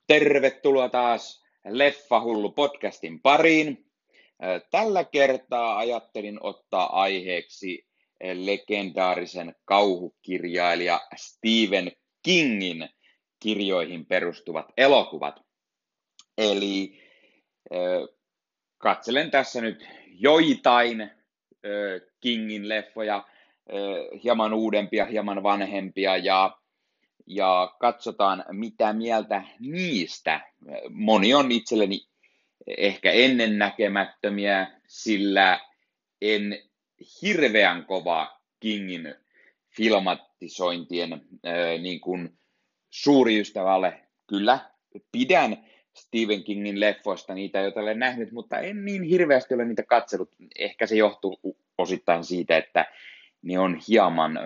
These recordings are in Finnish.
Tervetuloa taas Leffahullu podcastin pariin. Tällä kertaa ajattelin ottaa aiheeksi legendaarisen kauhukirjailija Stephen Kingin kirjoihin perustuvat elokuvat. Eli katselen tässä nyt joitain Kingin leffoja, hieman uudempia, hieman vanhempia ja katsotaan, mitä mieltä niistä. Moni on itselleni ehkä ennennäkemättömiä, sillä en hirveän kova Kingin filmatisointien niin kuin suuri ystävä ole. Kyllä pidän Stephen Kingin leffoista, niitä joita olen nähnyt, mutta en niin hirveästi ole niitä katsellut. Ehkä se johtuu osittain siitä, että ne on hieman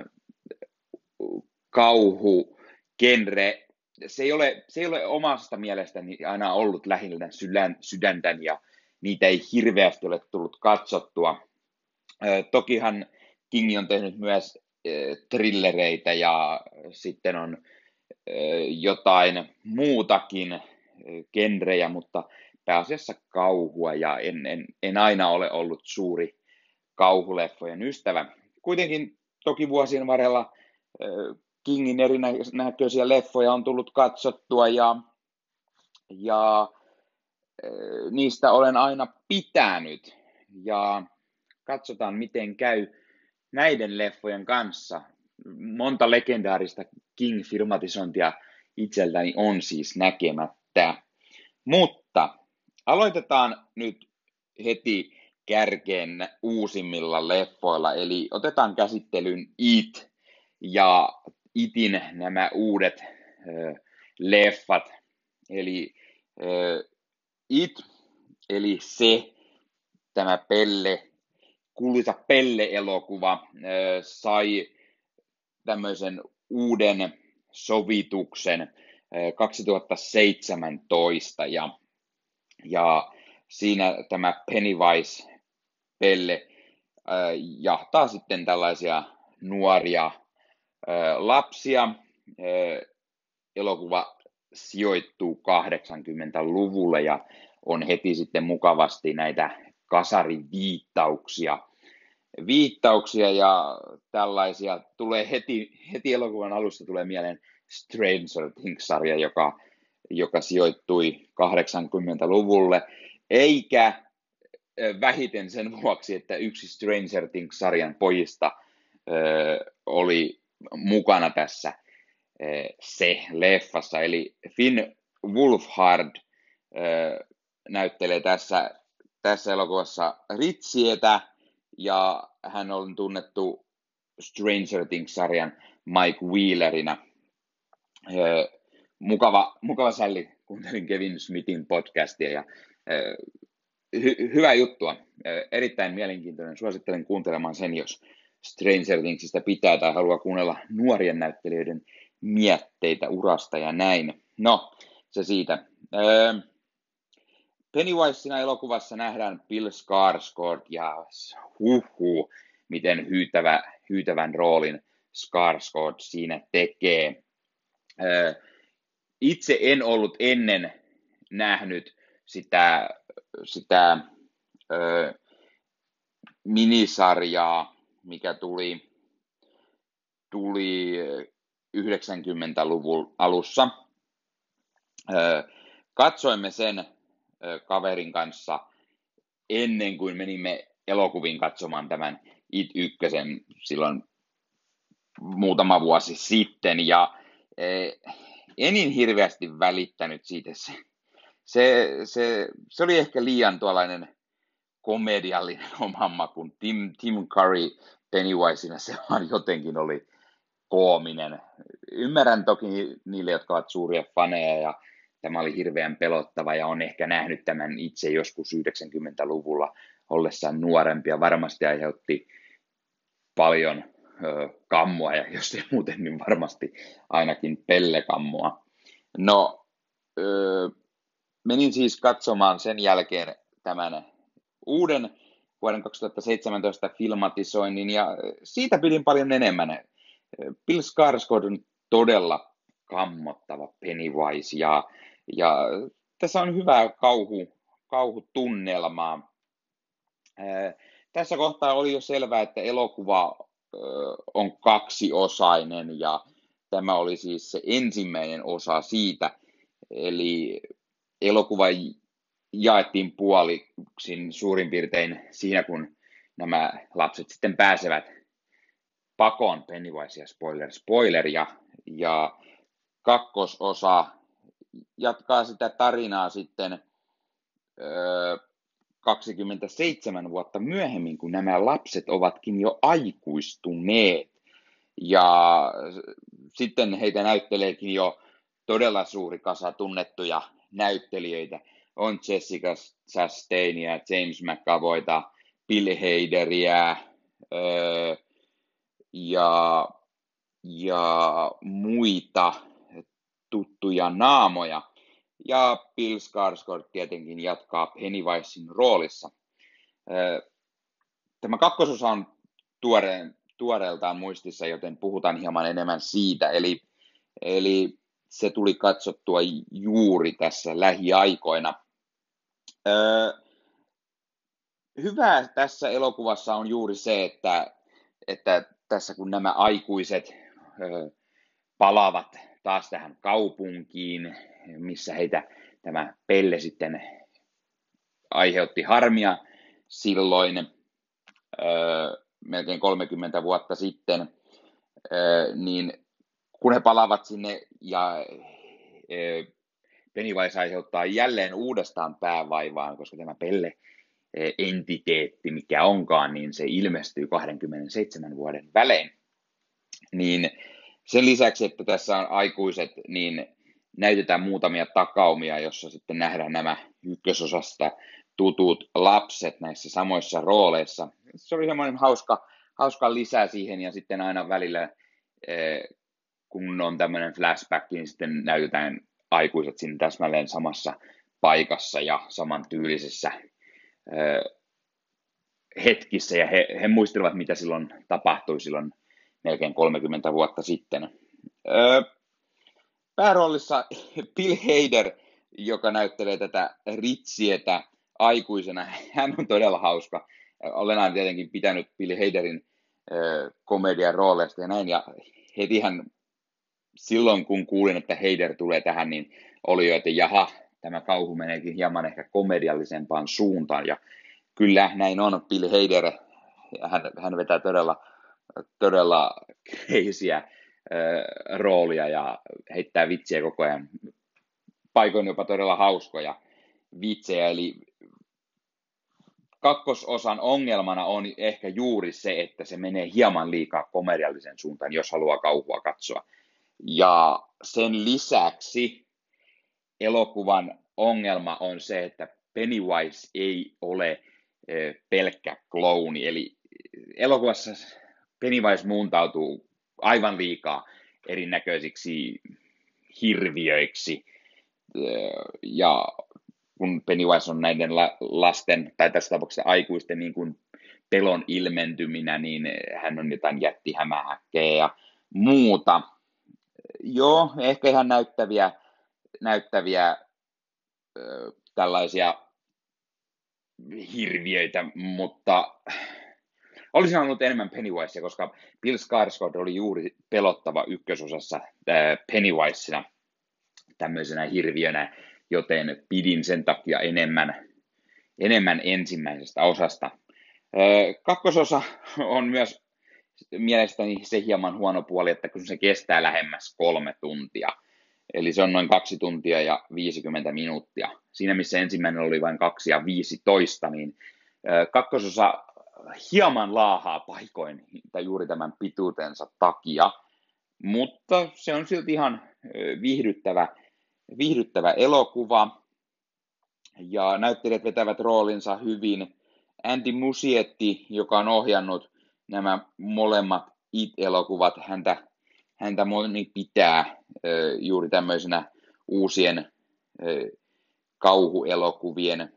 kauhugenre. Se ei ole omasta mielestäni aina ollut lähellä sydäntäni ja niitä ei hirveästi ole tullut katsottua. Tokihan King on tehnyt myös thrillereitä ja sitten on jotain muutakin genrejä, mutta pääasiassa kauhua ja en aina ole ollut suuri kauhuleffojen ystävä. Kuitenkin toki vuosien varrella Kingin erinäköisiä leffoja on tullut katsottua ja niistä olen aina pitänyt ja katsotaan miten käy näiden leffojen kanssa. Monta legendaarista King-filmatisointia itseltäni on siis näkemättä, mutta aloitetaan nyt heti kärkeen uusimmilla leffoilla, eli otetaan käsittelyyn It ja Itin nämä uudet leffat, eli It, eli tämä kuuluisa Pelle-elokuva sai tämmöisen uuden sovituksen 2017 ja siinä tämä Pennywise Pelle jahtaa sitten tällaisia nuoria lapsia. Elokuva sijoittuu 80-luvulle ja on heti sitten mukavasti näitä kasariviittauksia ja tällaisia. Tulee heti elokuvan alusta tulee mieleen Stranger Things-sarja, joka sijoittui 80-luvulle, eikä vähiten sen vuoksi, että yksi Stranger Things-sarjan pojista oli mukana tässä se leffassa, eli Finn Wolfhard näyttelee tässä elokuvassa Ritchietä, ja hän on tunnettu Stranger Things-sarjan Mike Wheelerina. Mukava sälli, kuuntelin Kevin Smithin podcastia ja hyvä juttua, erittäin mielenkiintoinen. Suosittelen kuuntelemaan sen, jos Stranger Thingsistä pitää tai haluaa kuunnella nuorien näyttelijöiden mietteitä urasta ja näin. No, se siitä. Pennywisena elokuvassa nähdään Bill Skarsgård ja miten hyytävän roolin Skarsgård siinä tekee. Itse en ollut ennen nähnyt sitä minisarjaa, mikä tuli 90-luvun alussa. Katsoimme sen kaverin kanssa ennen kuin menimme elokuviin katsomaan tämän It 1 silloin muutama vuosi sitten, ja enin hirveästi välittänyt siitä. Se oli ehkä liian tuollainen komediallinen oman makuun. Tim Curry Pennywisena se vaan jotenkin oli koominen. Ymmärrän toki niille, jotka ovat suuria faneja, ja tämä oli hirveän pelottava, ja on ehkä nähnyt tämän itse joskus 90-luvulla ollessaan nuorempia. Varmasti aiheutti paljon kammua, ja jos ei muuten, niin varmasti ainakin pellekammoa. No, menin siis katsomaan sen jälkeen tämän uuden vuoden 2017 filmatisoinnin, ja siitä pidin paljon enemmän. Bill Skarsgård on todella kammottava Pennywise, ja Ja tässä on hyvää kauhutunnelmaa. Tässä kohtaa oli jo selvää, että elokuva on kaksiosainen ja tämä oli siis se ensimmäinen osa siitä. Eli elokuva jaettiin puoliksi suurin piirtein siinä, kun nämä lapset sitten pääsevät pakoon, Pennywise ja spoiler, ja kakkososa jatkaa sitä tarinaa sitten 27 vuotta myöhemmin, kun nämä lapset ovatkin jo aikuistuneet. Ja sitten heitä näytteleekin jo todella suuri kasa tunnettuja näyttelijöitä. On Jessica Chastainia, James McAvoyta, Bill Haderia ja muita tuttuja naamoja. Ja Bill Skarsgård tietenkin jatkaa Pennywisein roolissa. Tämä kakkososa on tuoreeltaan muistissa, joten puhutaan hieman enemmän siitä. Eli se tuli katsottua juuri tässä lähiaikoina. Hyvää tässä elokuvassa on juuri se, että tässä kun nämä aikuiset palaavat taas tähän kaupunkiin, missä heitä tämä Pelle sitten aiheutti harmia silloin melkein 30 vuotta sitten, niin kun he palaavat sinne ja Pennywise aiheuttaa jälleen uudestaan päävaivaa, koska tämä Pelle entiteetti, mikä onkaan, niin se ilmestyy 27 vuoden välein. Niin sen lisäksi, että tässä on aikuiset, niin näytetään muutamia takaumia, jossa sitten nähdään nämä ykkösosasta tutut lapset näissä samoissa rooleissa. Se oli semmoinen hauska lisä siihen, ja sitten aina välillä, kun on tämmöinen flashback, niin sitten näytetään aikuiset siinä täsmälleen samassa paikassa ja samantyylisessä hetkissä, ja he muistelevat, mitä silloin tapahtui silloin melkein 30 vuotta sitten. Pääroolissa Bill Hader, joka näyttelee tätä Richietä aikuisena. Hän on todella hauska. Olen aina tietenkin pitänyt Bill Haderin komedian rooleista ja näin. Ja hetihän silloin, kun kuulin, että Hader tulee tähän, niin oli jo, että jaha, tämä kauhu meneekin hieman ehkä komediallisempaan suuntaan. Ja kyllä näin on. Bill Hader, hän vetää todella crazyä roolia ja heittää vitsiä koko ajan. Paikoin jopa todella hauskoja vitsejä, eli kakkososan ongelmana on ehkä juuri se, että se menee hieman liikaa komediallisen suuntaan, jos haluaa kauhua katsoa. Ja sen lisäksi elokuvan ongelma on se, että Pennywise ei ole pelkkä klouni, eli elokuvassa Pennywise muuntautuu aivan liikaa erinäköisiksi hirviöiksi, ja kun Pennywise on näiden lasten, tai tässä tapauksessa aikuisten niin kuin pelon ilmentyminen, niin hän on jotain jättihämähäkkejä ja muuta. Joo, ehkä ihan näyttäviä tällaisia hirviöitä, mutta olisin halunnut enemmän Pennywisea, koska Bill Skarsgård oli juuri pelottava ykkösosassa Pennywisena, tämmöisenä hirviönä, joten pidin sen takia enemmän ensimmäisestä osasta. Kakkososa on myös mielestäni se hieman huono puoli, että kun se kestää lähemmäs 3 tuntia, eli se on noin 2 tuntia ja 50 minuuttia. Siinä missä ensimmäinen oli vain 2 ja 15, niin kakkososa hieman laahaa paikoin tai juuri tämän pituutensa takia, mutta se on silti ihan viihdyttävä elokuva, ja näyttelijät vetävät roolinsa hyvin. Andy Muschietti, joka on ohjannut nämä molemmat It-elokuvat, häntä moni pitää juuri tämmöisenä uusien kauhuelokuvien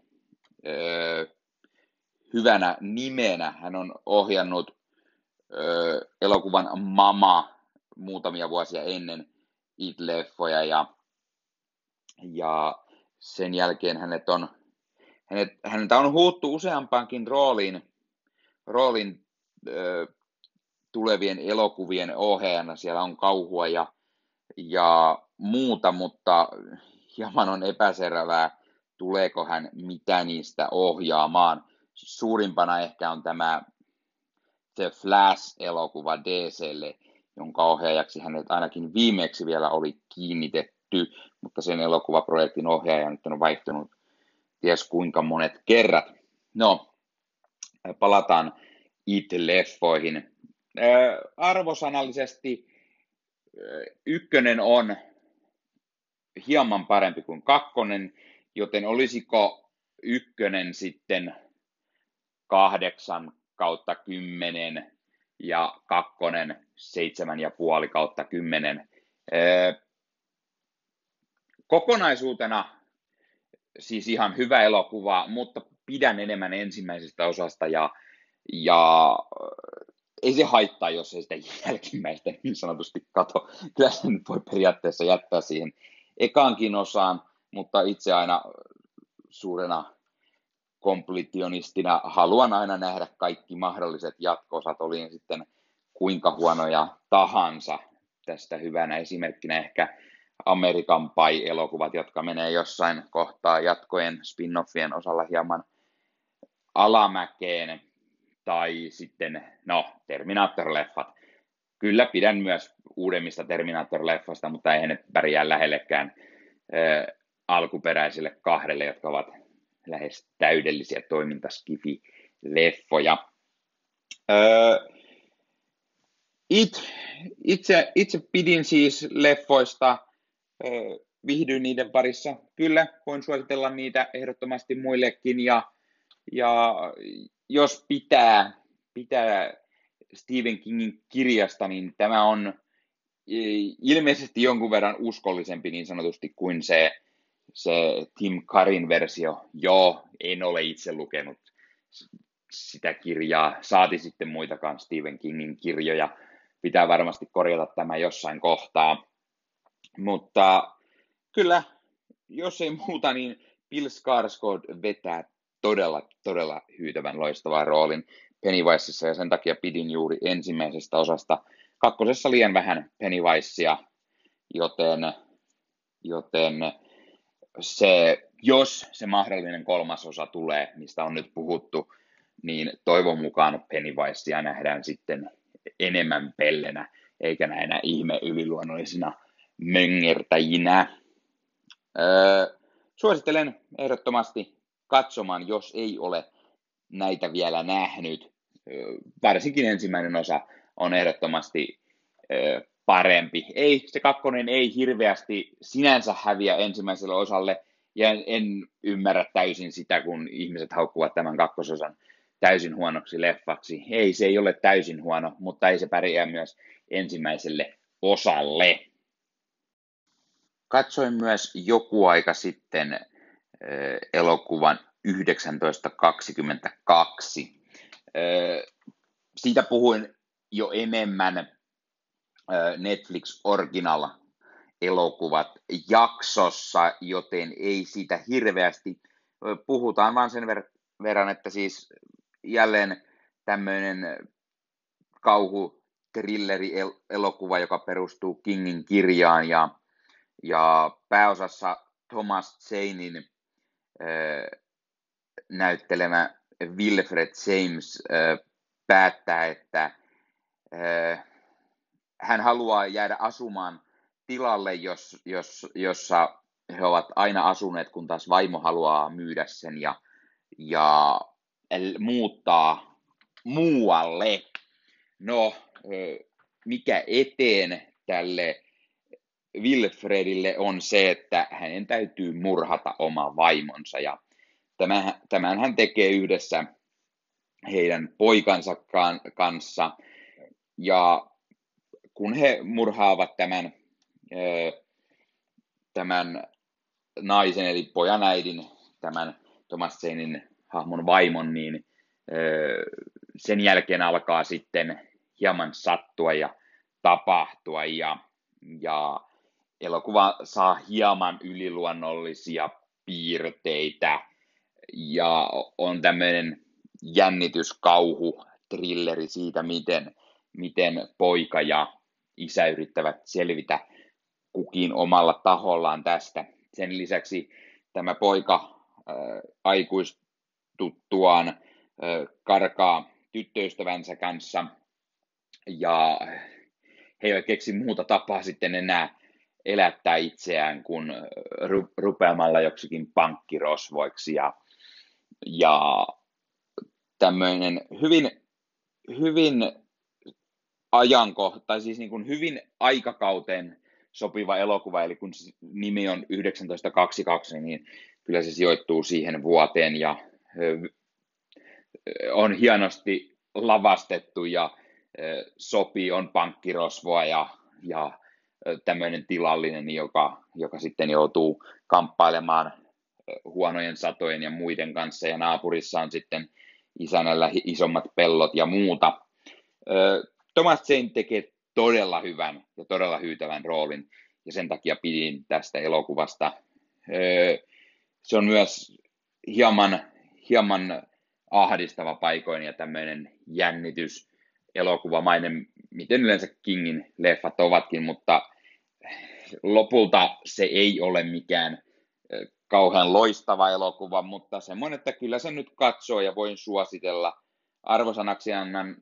hyvänä nimenä. Hän on ohjannut elokuvan Mama muutamia vuosia ennen It-leffoja, ja sen jälkeen häneltä on huuttu useampaankin roolin tulevien elokuvien ohjaajana. Siellä on kauhua ja muuta, mutta hieman on epäselvää, tuleeko hän mitä niistä ohjaamaan. Suurimpana ehkä on tämä The Flash-elokuva DC:lle, jonka ohjaajaksi hänet ainakin viimeksi vielä oli kiinnitetty, mutta sen elokuvaprojektin ohjaaja nyt on vaihtunut ties kuinka monet kerrat. No, palataan It-leffoihin. Arvosanallisesti ykkönen on hieman parempi kuin kakkonen, joten olisiko ykkönen sitten 8/10 ja kakkonen 7,5/10. Kokonaisuutena siis ihan hyvä elokuva, mutta pidän enemmän ensimmäisestä osasta ja ei se haittaa, jos ei sitä jälkimmäistä niin sanotusti kato. Kyllä se nyt voi periaatteessa jättää siihen ekaankin osaan, mutta itse aina suurena kompletionistina haluan aina nähdä kaikki mahdolliset jatko-osat, oli sitten kuinka huonoja tahansa. Tästä hyvänä esimerkkinä ehkä American Pie-elokuvat, jotka menee jossain kohtaa jatkojen spin-offien osalla hieman alamäkeen, tai sitten, Terminator-leffat. Kyllä pidän myös uudemmista Terminator-leffasta, mutta ei ne pärjää lähellekään alkuperäisille kahdelle, jotka ovat lähes täydellisiä toimintaskifi-leffoja. Itse pidin siis leffoista, viihdyin niiden parissa. Kyllä, voin suositella niitä ehdottomasti muillekin, ja jos pitää Stephen Kingin kirjasta, niin tämä on ilmeisesti jonkun verran uskollisempi niin sanotusti kuin se Tim Curryn versio. Joo, en ole itse lukenut sitä kirjaa, saati sitten muitakaan Stephen Kingin kirjoja. Pitää varmasti korjata tämä jossain kohtaa. Mutta kyllä, jos ei muuta, niin Bill Skarsgård vetää todella hyytävän loistavan roolin Pennywiseissa, ja sen takia pidin juuri ensimmäisestä osasta. Kakkosessa liian vähän Pennywicea, joten jos se mahdollinen kolmas osa tulee, mistä on nyt puhuttu, niin toivon mukaan Pennywicea nähdään sitten enemmän pellenä, eikä näinä ihme yliluonnollisina möngertäjinä. Suosittelen ehdottomasti katsomaan, jos ei ole näitä vielä nähnyt. Varsinkin ensimmäinen osa on ehdottomasti parempi. Se kakkonen ei hirveästi sinänsä häviä ensimmäiselle osalle, ja en ymmärrä täysin sitä, kun ihmiset haukkuvat tämän kakkososan täysin huonoksi leffaksi. Se ei ole täysin huono, mutta ei se pärjää myös ensimmäiselle osalle. Katsoin myös joku aika sitten elokuvan 1922. Siitä puhuin jo enemmän Netflix Original elokuvat jaksossa, joten ei siitä hirveästi puhutaan, vaan sen verran, että siis jälleen tämmöinen kauhu-trilleri-elokuva, joka perustuu Kingin kirjaan, ja pääosassa Thomas Janein näyttelemä Wilfred James päättää, että hän haluaa jäädä asumaan tilalle, jossa he ovat aina asuneet, kun taas vaimo haluaa myydä sen ja muuttaa muualle. No, mikä eteen tälle Wilfredille on se, että hänen täytyy murhata oma vaimonsa, ja tämän hän tekee yhdessä heidän poikansa kanssa, ja kun he murhaavat tämän naisen, eli pojan äidin, tämän Thomas Janein hahmon vaimon, niin sen jälkeen alkaa sitten hieman sattua ja tapahtua, ja elokuva saa hieman yliluonnollisia piirteitä ja on tämmöinen jännityskauhu, thrilleri siitä, miten poika ja isä yrittävät selvitä kukin omalla tahollaan tästä. Sen lisäksi tämä poika aikuistuttuaan karkaa tyttöystävänsä kanssa ja he eivät keksi muuta tapaa sitten enää elättää itseään kuin rupeamalla joksikin pankkirosvoiksi ja tämmöinen hyvin tai siis niin kuin hyvin aikakauteen sopiva elokuva, eli kun nimi on 1922, niin kyllä se sijoittuu siihen vuoteen ja on hienosti lavastettu ja sopii, on pankkirosvoa ja tämmöinen tilallinen, joka sitten joutuu kamppailemaan huonojen satojen ja muiden kanssa, ja naapurissa on sitten isännällä isommat pellot ja muuta. Thomas Jane tekee todella hyvän ja todella hyytävän roolin, ja sen takia pidin tästä elokuvasta. Se on myös hieman ahdistava paikoin ja tämmöinen jännitys elokuvamainen, miten yleensä Kingin leffat ovatkin, mutta lopulta se ei ole mikään kauhean loistava elokuva, mutta semmoinen, että kyllä se nyt katsoo ja voin suositella. Arvosanaksi annan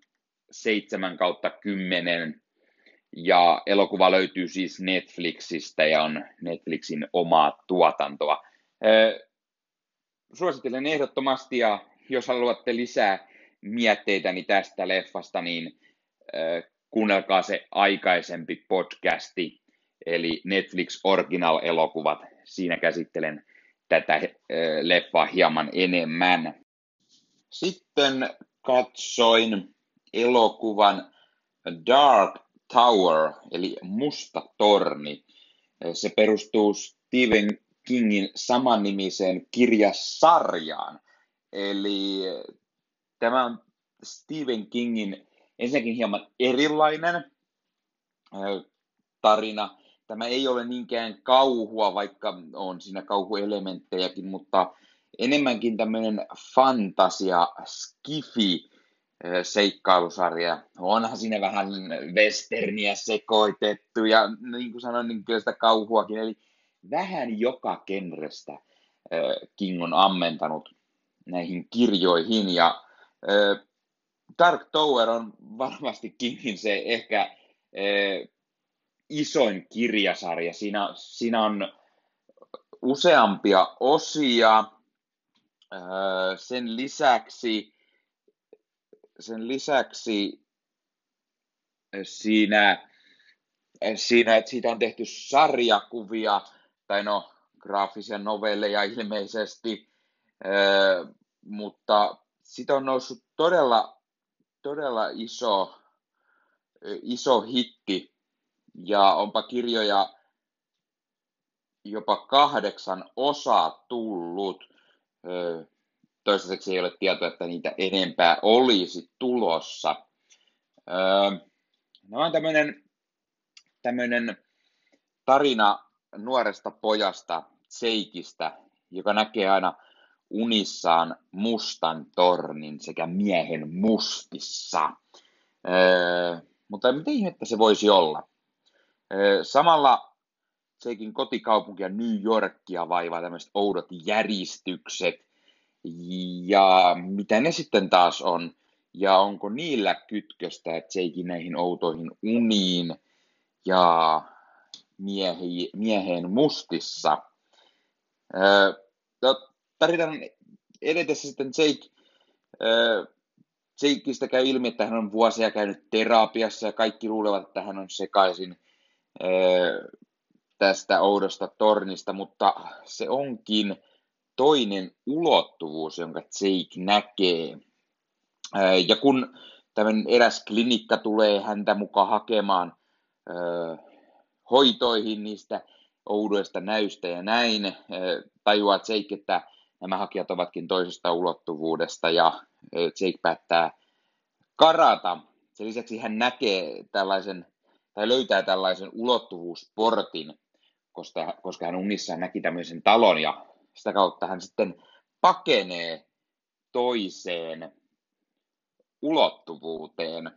7/10, ja elokuva löytyy siis Netflixistä ja on Netflixin omaa tuotantoa. Suosittelen ehdottomasti, ja jos haluatte lisää mietteitäni tästä leffasta, niin kuunnelkaa se aikaisempi podcasti, eli Netflix Original-elokuvat. Siinä käsittelen tätä leffaa hieman enemmän. Sitten katsoin elokuvan Dark Tower, eli Musta torni. Se perustuu Stephen Kingin samannimiseen kirjasarjaan. Eli tämä on Stephen Kingin ensinnäkin hieman erilainen tarina. Tämä ei ole niinkään kauhua, vaikka on siinä kauhuelementtejäkin, mutta enemmänkin tämmöinen fantasia, skifi seikkailusarja. Onhan siinä vähän westerniä sekoitettu ja niin kuin sanoin, niin kyllä sitä kauhuakin. Eli vähän joka genrestä King on ammentanut näihin kirjoihin, ja Dark Tower on varmasti Kingin se ehkä isoin kirjasarja. Siinä on useampia osia. Sen lisäksi siinä, että siitä on tehty sarjakuvia, tai no graafisia novelleja ilmeisesti, mutta siitä on noussut todella iso hitti, ja onpa kirjoja jopa 8 osaa tullut. Toistaiseksi ei ole tietoa, että niitä enempää olisi tulossa. No on tämmöinen tarina nuoresta pojasta, Jakeista, joka näkee aina unissaan mustan tornin sekä miehen mustissa. Mutta miten ihmettä se voisi olla? Samalla Jaken kotikaupunkia New Yorkia vaivaa tämmöiset oudot järistykset. Ja mitä ne sitten taas on? Ja onko niillä kytköstä Jaken näihin outoihin uniin ja mieheen mustissa? Tarinan edetessä sitten Jakeista käy ilmi, että hän on vuosia käynyt terapiassa ja kaikki luulevat, että hän on sekaisin tästä oudosta tornista, mutta se onkin toinen ulottuvuus, jonka Jake näkee. Ja kun tämmöinen eräs klinikka tulee häntä mukaan hakemaan hoitoihin niistä oudoista näystä ja näin, tajuaa Jake, että nämä hakijat ovatkin toisesta ulottuvuudesta, ja Jake päättää karata. Sen lisäksi hän näkee löytää tällaisen ulottuvuusportin, koska hän unissaan näki tämmöisen talon ja sitä kautta hän sitten pakenee toiseen ulottuvuuteen.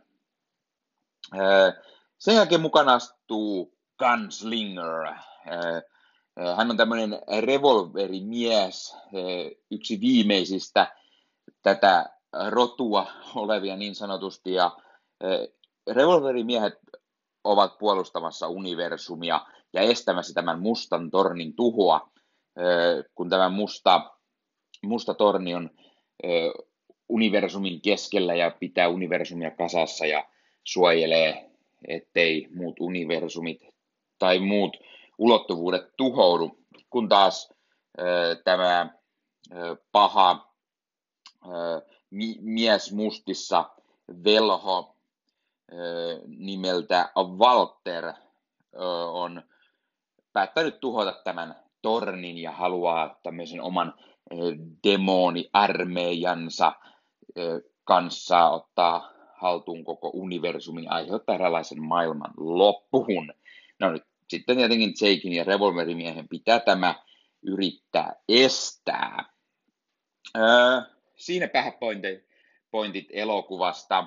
Sen jälkeen mukana astuu Gunslinger. Hän on tämmöinen revolverimies, yksi viimeisistä tätä rotua olevia niin sanotusti. Ja revolverimiehet ovat puolustamassa universumia ja estämässä tämän mustan tornin tuhoa, kun tämä musta torni on universumin keskellä ja pitää universumia kasassa ja suojelee, ettei muut universumit tai muut ulottuvuudet tuhoudu, kun taas tämä paha mies mustissa velho nimeltä Walter on päättänyt tuhota tämän tornin ja haluaa tämmöisen oman demoniarmeijansa kanssa ottaa haltuun koko universumin ja aiheuttaa eräänlaisen maailman loppuun. No nyt sitten tietenkin Jaken ja revolverimiehen pitää tämä yrittää estää. Siinä pääpointit elokuvasta.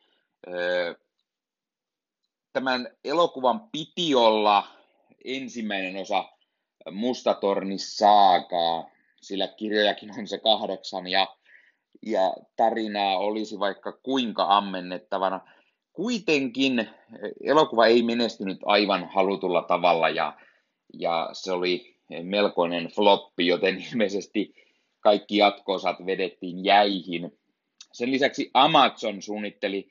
Tämän elokuvan piti olla ensimmäinen osa Mustatorni-saagaa, sillä kirjojakin on se 8 ja tarinaa olisi vaikka kuinka ammennettavana. Kuitenkin elokuva ei menestynyt aivan halutulla tavalla ja se oli melkoinen floppi, joten ilmeisesti kaikki jatko-osat vedettiin jäihin. Sen lisäksi Amazon suunnitteli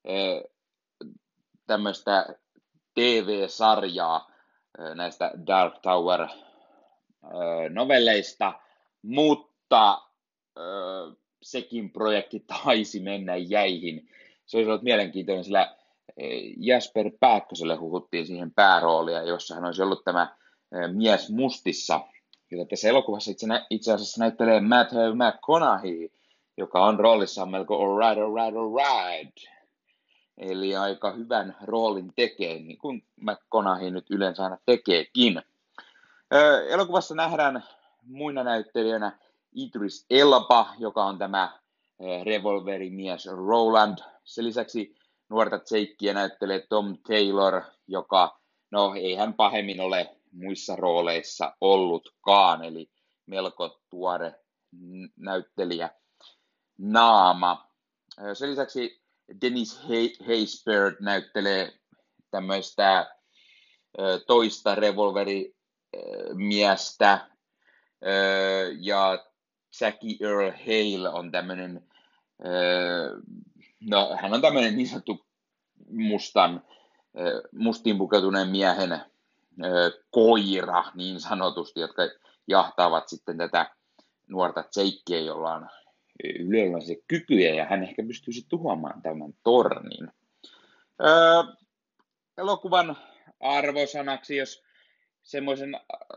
tämmöistä TV-sarjaa näistä Dark Tower-novelleista, mutta sekin projekti taisi mennä jäihin. Se olisi ollut mielenkiintoinen, sillä Jasper Pääkköselle huhuttiin siihen pääroolia, jossa hän olisi ollut tämä mies mustissa, jota tässä elokuvassa itse asiassa näyttelee Matthew McConaughey, joka on roolissaan melko alright. Eli aika hyvän roolin tekee, niin kuin McConaughey nyt yleensä aina tekeekin. Elokuvassa nähdään muina näyttelijöinä Idris Elba, joka on tämä revolverimies Roland. Sen lisäksi nuorta Jakea näyttelee Tom Taylor, joka, no ei hän pahemmin ole muissa rooleissa ollutkaan, eli melko tuore näyttelijä naama. Sen lisäksi Dennis Haysbert näyttelee tämmöistä toista revolverimiestä, ja Jackie Earl Hale on tämmöinen, no hän on tämmöinen niin sanottu mustiin pukeutuneen miehen koira niin sanotusti, jotka jahtaavat sitten tätä nuorta Jakea, jolla on yleensä kykyjä ja hän ehkä pystyisi tuhoamaan tämän tornin. Elokuvan arvosanaksi, jos semmoisen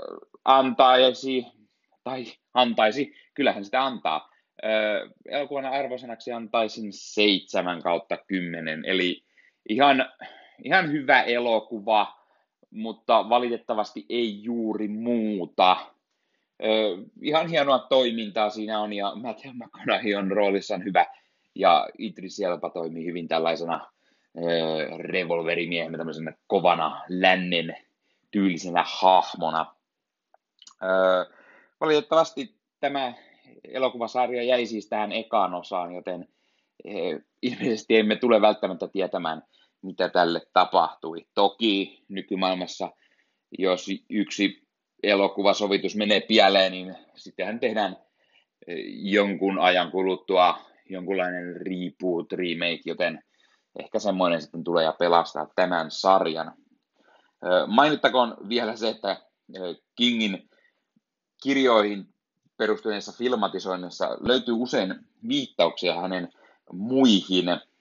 antaisi, kyllähän sitä antaa. Elokuvan arvosanaksi antaisin 7/10, eli ihan hyvä elokuva, mutta valitettavasti ei juuri muuta. Ihan hienoa toimintaa siinä on, ja Matthew McConaughey on roolissaan hyvä, ja Idris Elba toimii hyvin tällaisena revolverimiehenä, tämmöisenä kovana lännen tyylisenä hahmona. Valitettavasti tämä elokuvasarja jäi siis tähän ekaan osaan, joten ilmeisesti emme tule välttämättä tietämään, mitä tälle tapahtui. Toki nykymaailmassa, jos yksi elokuvasovitus menee pieleen, niin sittenhän tehdään jonkun ajan kuluttua jonkunlainen reboot, remake, joten ehkä semmoinen sitten tulee ja pelastaa tämän sarjan. Mainittakoon vielä se, että Kingin kirjoihin perustuneessa filmatisoinnissa löytyy usein viittauksia hänen muihin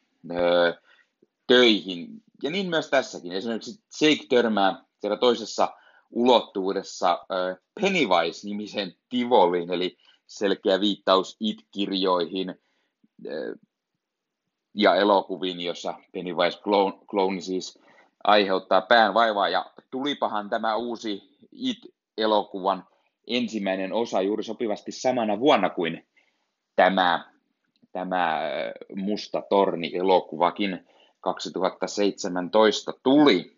töihin, ja niin myös tässäkin. Esimerkiksi Jake törmää siellä toisessa ulottuvuudessa Pennywise-nimisen tivoliin, eli selkeä viittaus It-kirjoihin ja elokuviin, jossa Pennywise-klooni siis aiheuttaa päänvaivaa, ja tulipahan tämä uusi It-elokuvan ensimmäinen osa juuri sopivasti samana vuonna kuin tämä Musta torni-elokuvakin 2017 tuli.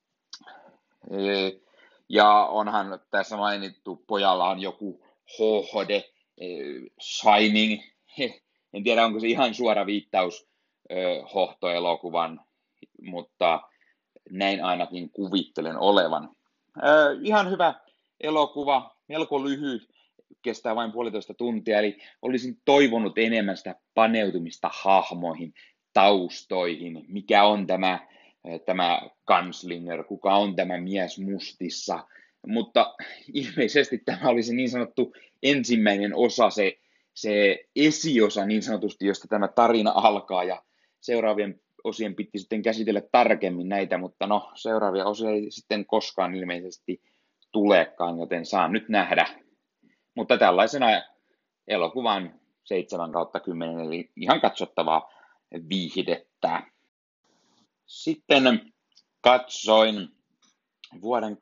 Ja onhan tässä mainittu, pojalla on joku HD, Shining, en tiedä onko se ihan suora viittaus Hohto-elokuvan, mutta näin ainakin kuvittelen olevan. Ihan hyvä elokuva, melko lyhyt, kestää vain 1,5 tuntia, eli olisin toivonut enemmän sitä paneutumista hahmoihin, taustoihin, mikä on tämä gunslinger, kuka on tämä mies mustissa, mutta ilmeisesti tämä olisi niin sanottu ensimmäinen osa, se esiosa niin sanotusti, josta tämä tarina alkaa, ja seuraavien osien piti sitten käsitellä tarkemmin näitä, mutta no, seuraavia osia ei sitten koskaan ilmeisesti tulekaan, joten saan nyt nähdä. Mutta tällaisena elokuvan 7/10, eli ihan katsottavaa viihdettä. Sitten katsoin vuoden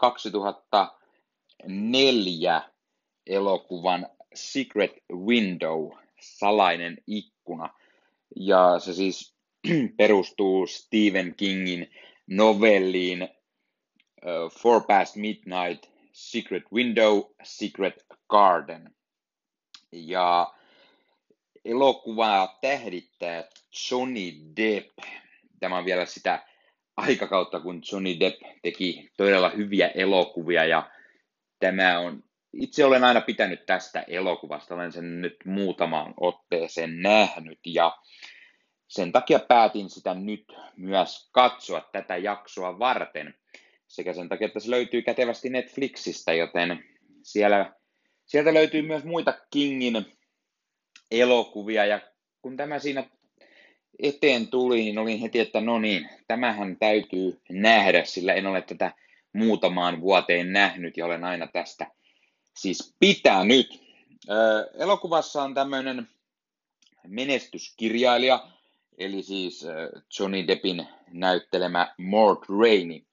2004 elokuvan Secret Window, salainen ikkuna, ja se siis perustuu Stephen Kingin novelliin Four Past Midnight, Secret Window, Secret Garden. Ja elokuvaa tähdittää Johnny Depp. Tämä on vielä sitä aikakautta, kun Johnny Depp teki todella hyviä elokuvia, ja tämä on, itse olen aina pitänyt tästä elokuvasta, olen sen nyt muutamaan otteeseen nähnyt, ja sen takia päätin sitä nyt myös katsoa tätä jaksoa varten, sekä sen takia, että se löytyy kätevästi Netflixistä, joten sieltä löytyy myös muita Kingin elokuvia, ja kun tämä siinä eteen tuli, niin olin heti, että no niin, tämähän täytyy nähdä, sillä en ole tätä muutamaan vuoteen nähnyt, ja olen aina tästä siis pitänyt. Elokuvassa on tämmöinen menestyskirjailija, eli siis Johnny Deppin näyttelemä Mort Rainey.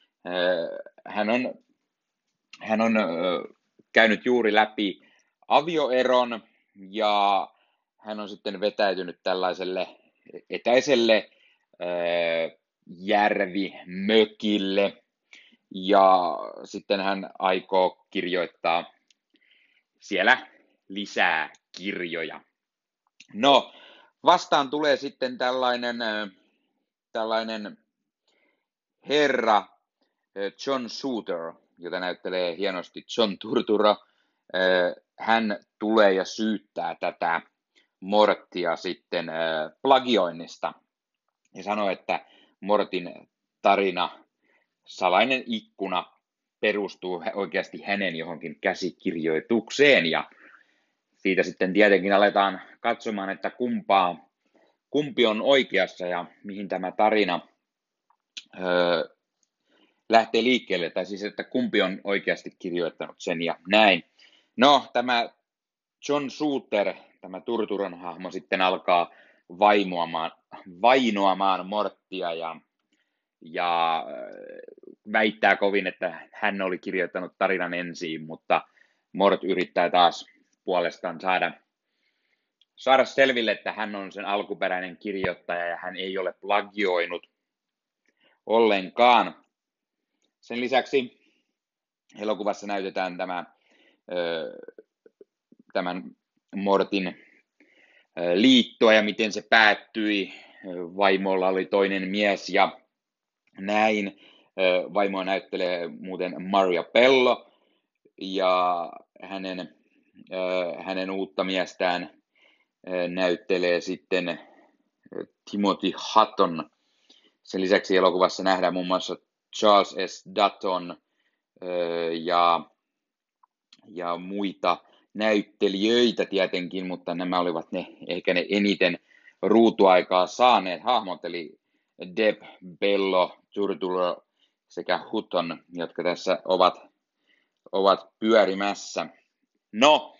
Hän on käynyt juuri läpi avioeron, ja hän on sitten vetäytynyt tällaiselle etäiselle järvimökille, ja sitten hän aikoo kirjoittaa siellä lisää kirjoja. No, vastaan tulee sitten tällainen herra John Suter, jota näyttelee hienosti John Turturro. Hän tulee ja syyttää tätä Mortia sitten plagioinnista ja sanoo, että Mortin tarina Salainen ikkuna perustuu oikeasti hänen johonkin käsikirjoitukseen, ja siitä sitten tietenkin aletaan katsomaan, että kumpi on oikeassa ja mihin tämä tarina lähtee liikkeelle, tai siis että kumpi on oikeasti kirjoittanut sen ja näin. No, tämä John Suter, tämä Turturron hahmo, sitten alkaa vainoamaan Morttia ja väittää kovin, että hän oli kirjoittanut tarinan ensin, mutta Mort yrittää taas puolestaan saada selville, että hän on sen alkuperäinen kirjoittaja ja hän ei ole plagioinut ollenkaan. Sen lisäksi elokuvassa näytetään tämän Mortin liittoa ja miten se päättyi. Vaimolla oli toinen mies ja näin. Vaimoa näyttelee muuten Maria Bello ja hänen uutta miestään näyttelee sitten Timothy Hutton. Sen lisäksi elokuvassa nähdään muun muassa Charles S. Dutton ja muita näyttelijöitä tietenkin, mutta nämä olivat ehkä ne eniten ruutuaikaa saaneet hahmot, eli Depp, Bello, Turturro sekä Hutton, jotka tässä ovat pyörimässä. No,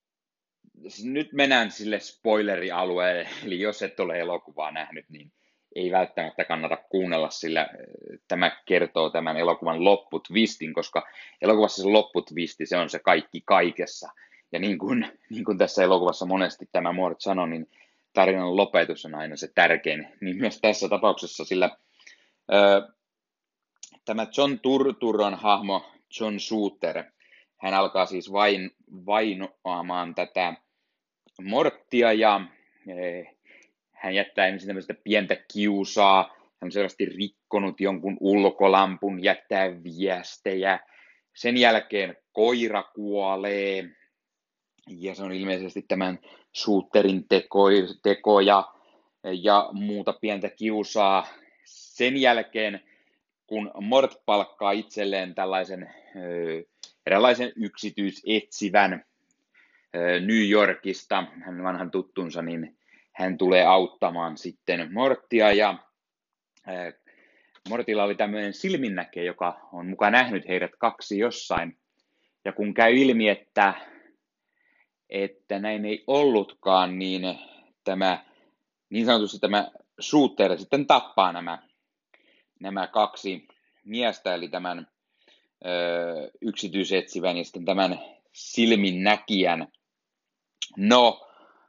nyt mennään sille spoilerialueelle, eli jos et ole elokuvaa nähnyt, niin ei välttämättä kannata kuunnella, sillä tämä kertoo tämän elokuvan lopputwistin, koska elokuvassa se lopputwisti, se on se kaikki kaikessa. Ja niin kuin tässä elokuvassa monesti tämä Mort sanoi, niin tarinan lopetus on aina se tärkein, niin myös tässä tapauksessa, sillä tämä John Turturron hahmo John Shooter, hän alkaa siis vainoamaan tätä Morttia ja hän jättää ensin tämmöistä pientä kiusaa, hän on selvästi rikkonut jonkun ulkolampun, jättää viestejä. Sen jälkeen koira kuolee ja se on ilmeisesti tämän Shooterin tekoja ja muuta pientä kiusaa. Sen jälkeen, kun Mort palkkaa itselleen tällaisen eräänlaisen yksityisetsivän New Yorkista, hänen vanhan tuttunsa, niin hän tulee auttamaan sitten Morttia ja Mortilla oli tämmöinen silminnäkijä, joka on mukaan nähnyt heidät kaksi jossain. Ja kun käy ilmi, että näin ei ollutkaan, niin niin sanotusti tämä Shooter sitten tappaa nämä kaksi miestä, eli tämän yksityisetsivän ja sitten tämän silminnäkijän. No,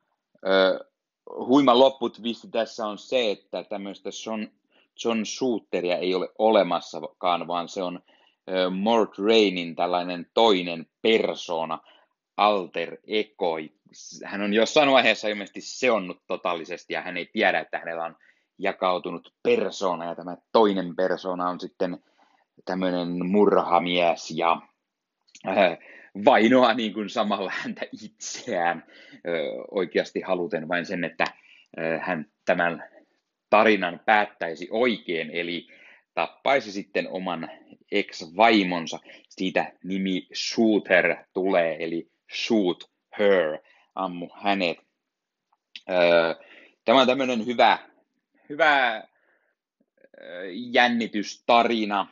huima lopputwisti tässä on se, että tämmöistä John Shooteria ei ole olemassakaan, vaan se on Mort Rainin tällainen toinen persona, alter ego. Hän on jossain vaiheessa ilmeisesti seonnut totaalisesti ja hän ei tiedä, että hänellä on jakautunut persona ja tämä toinen persona on sitten tämmöinen murhamies ja vainoa niin kuin samalla häntä itseään oikeasti haluten vain sen, että hän tämän tarinan päättäisi oikein, eli tappaisi sitten oman ex-vaimonsa. Siitä nimi Shooter tulee, eli shoot her, ammu hänet. Tämä on tämmöinen hyvä jännitystarina,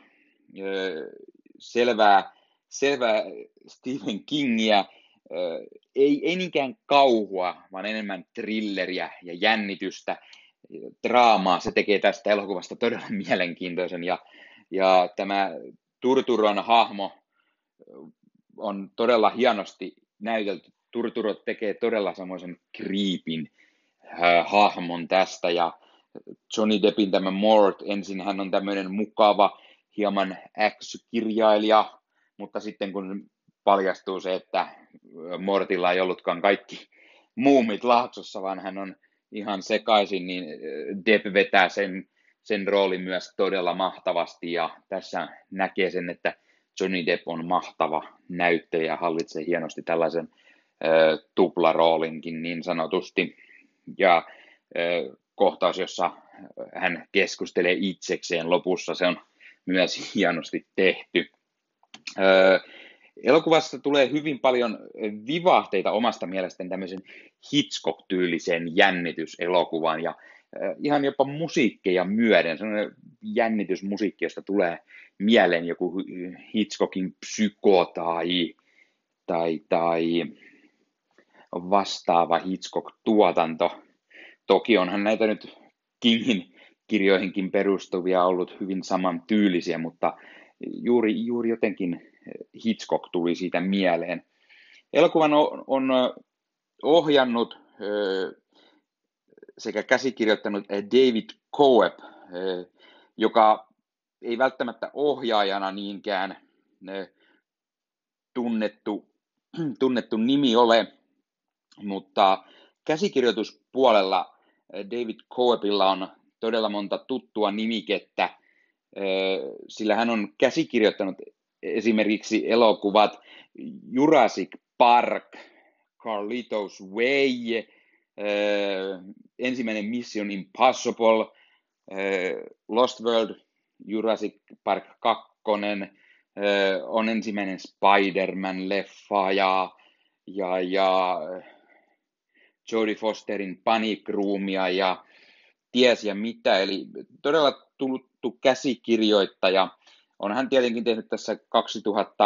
selvää Stephen Kingiä, ei niinkään kauhua, vaan enemmän thrilleriä ja jännitystä, draamaa. Se tekee tästä elokuvasta todella mielenkiintoisen ja tämä Turturron hahmo on todella hienosti näytelty. Turturro tekee todella semmoisen creepin hahmon tästä ja Johnny Deppin tämä Mort, ensin hän on tämmöinen mukava, hieman äksykirjailija, mutta sitten kun paljastuu se, että Mortilla ei ollutkaan kaikki muumit laaksossa, vaan hän on ihan sekaisin, niin Depp vetää sen roolin myös todella mahtavasti ja tässä näkee sen, että Johnny Depp on mahtava näyttelijä ja hallitsee hienosti tällaisen tuplaroolinkin niin sanotusti ja kohtaus, jossa hän keskustelee itsekseen lopussa, se on myös hienosti tehty. Elokuvassa tulee hyvin paljon vivahteita omasta mielestäni tämmöisen Hitchcock-tyylisen jännityselokuvaan ja ihan jopa musiikkeja myöden, sellainen jännitysmusiikki, josta tulee mieleen joku Hitchcockin Psyko tai vastaava Hitchcock-tuotanto. Toki onhan näitä nyt Kingin kirjoihinkin perustuvia ollut hyvin samantyylisiä, mutta juuri jotenkin Hitchcock tuli siitä mieleen. Elokuvan on ohjannut sekä käsikirjoittanut David Coeb, joka ei välttämättä ohjaajana niinkään tunnettu nimi ole, mutta käsikirjoituspuolella David Coebilla on todella monta tuttua nimikettä, sillä hän on käsikirjoittanut esimerkiksi elokuvat Jurassic Park, Carlitos Way, ensimmäinen Mission Impossible, Lost World, Jurassic Park 2, on ensimmäinen Spider-Man-leffa ja Jodie Fosterin Panic Roomia ja ties ja mitä, eli todella tuttu käsikirjoittaja. On hän tietenkin tehnyt tässä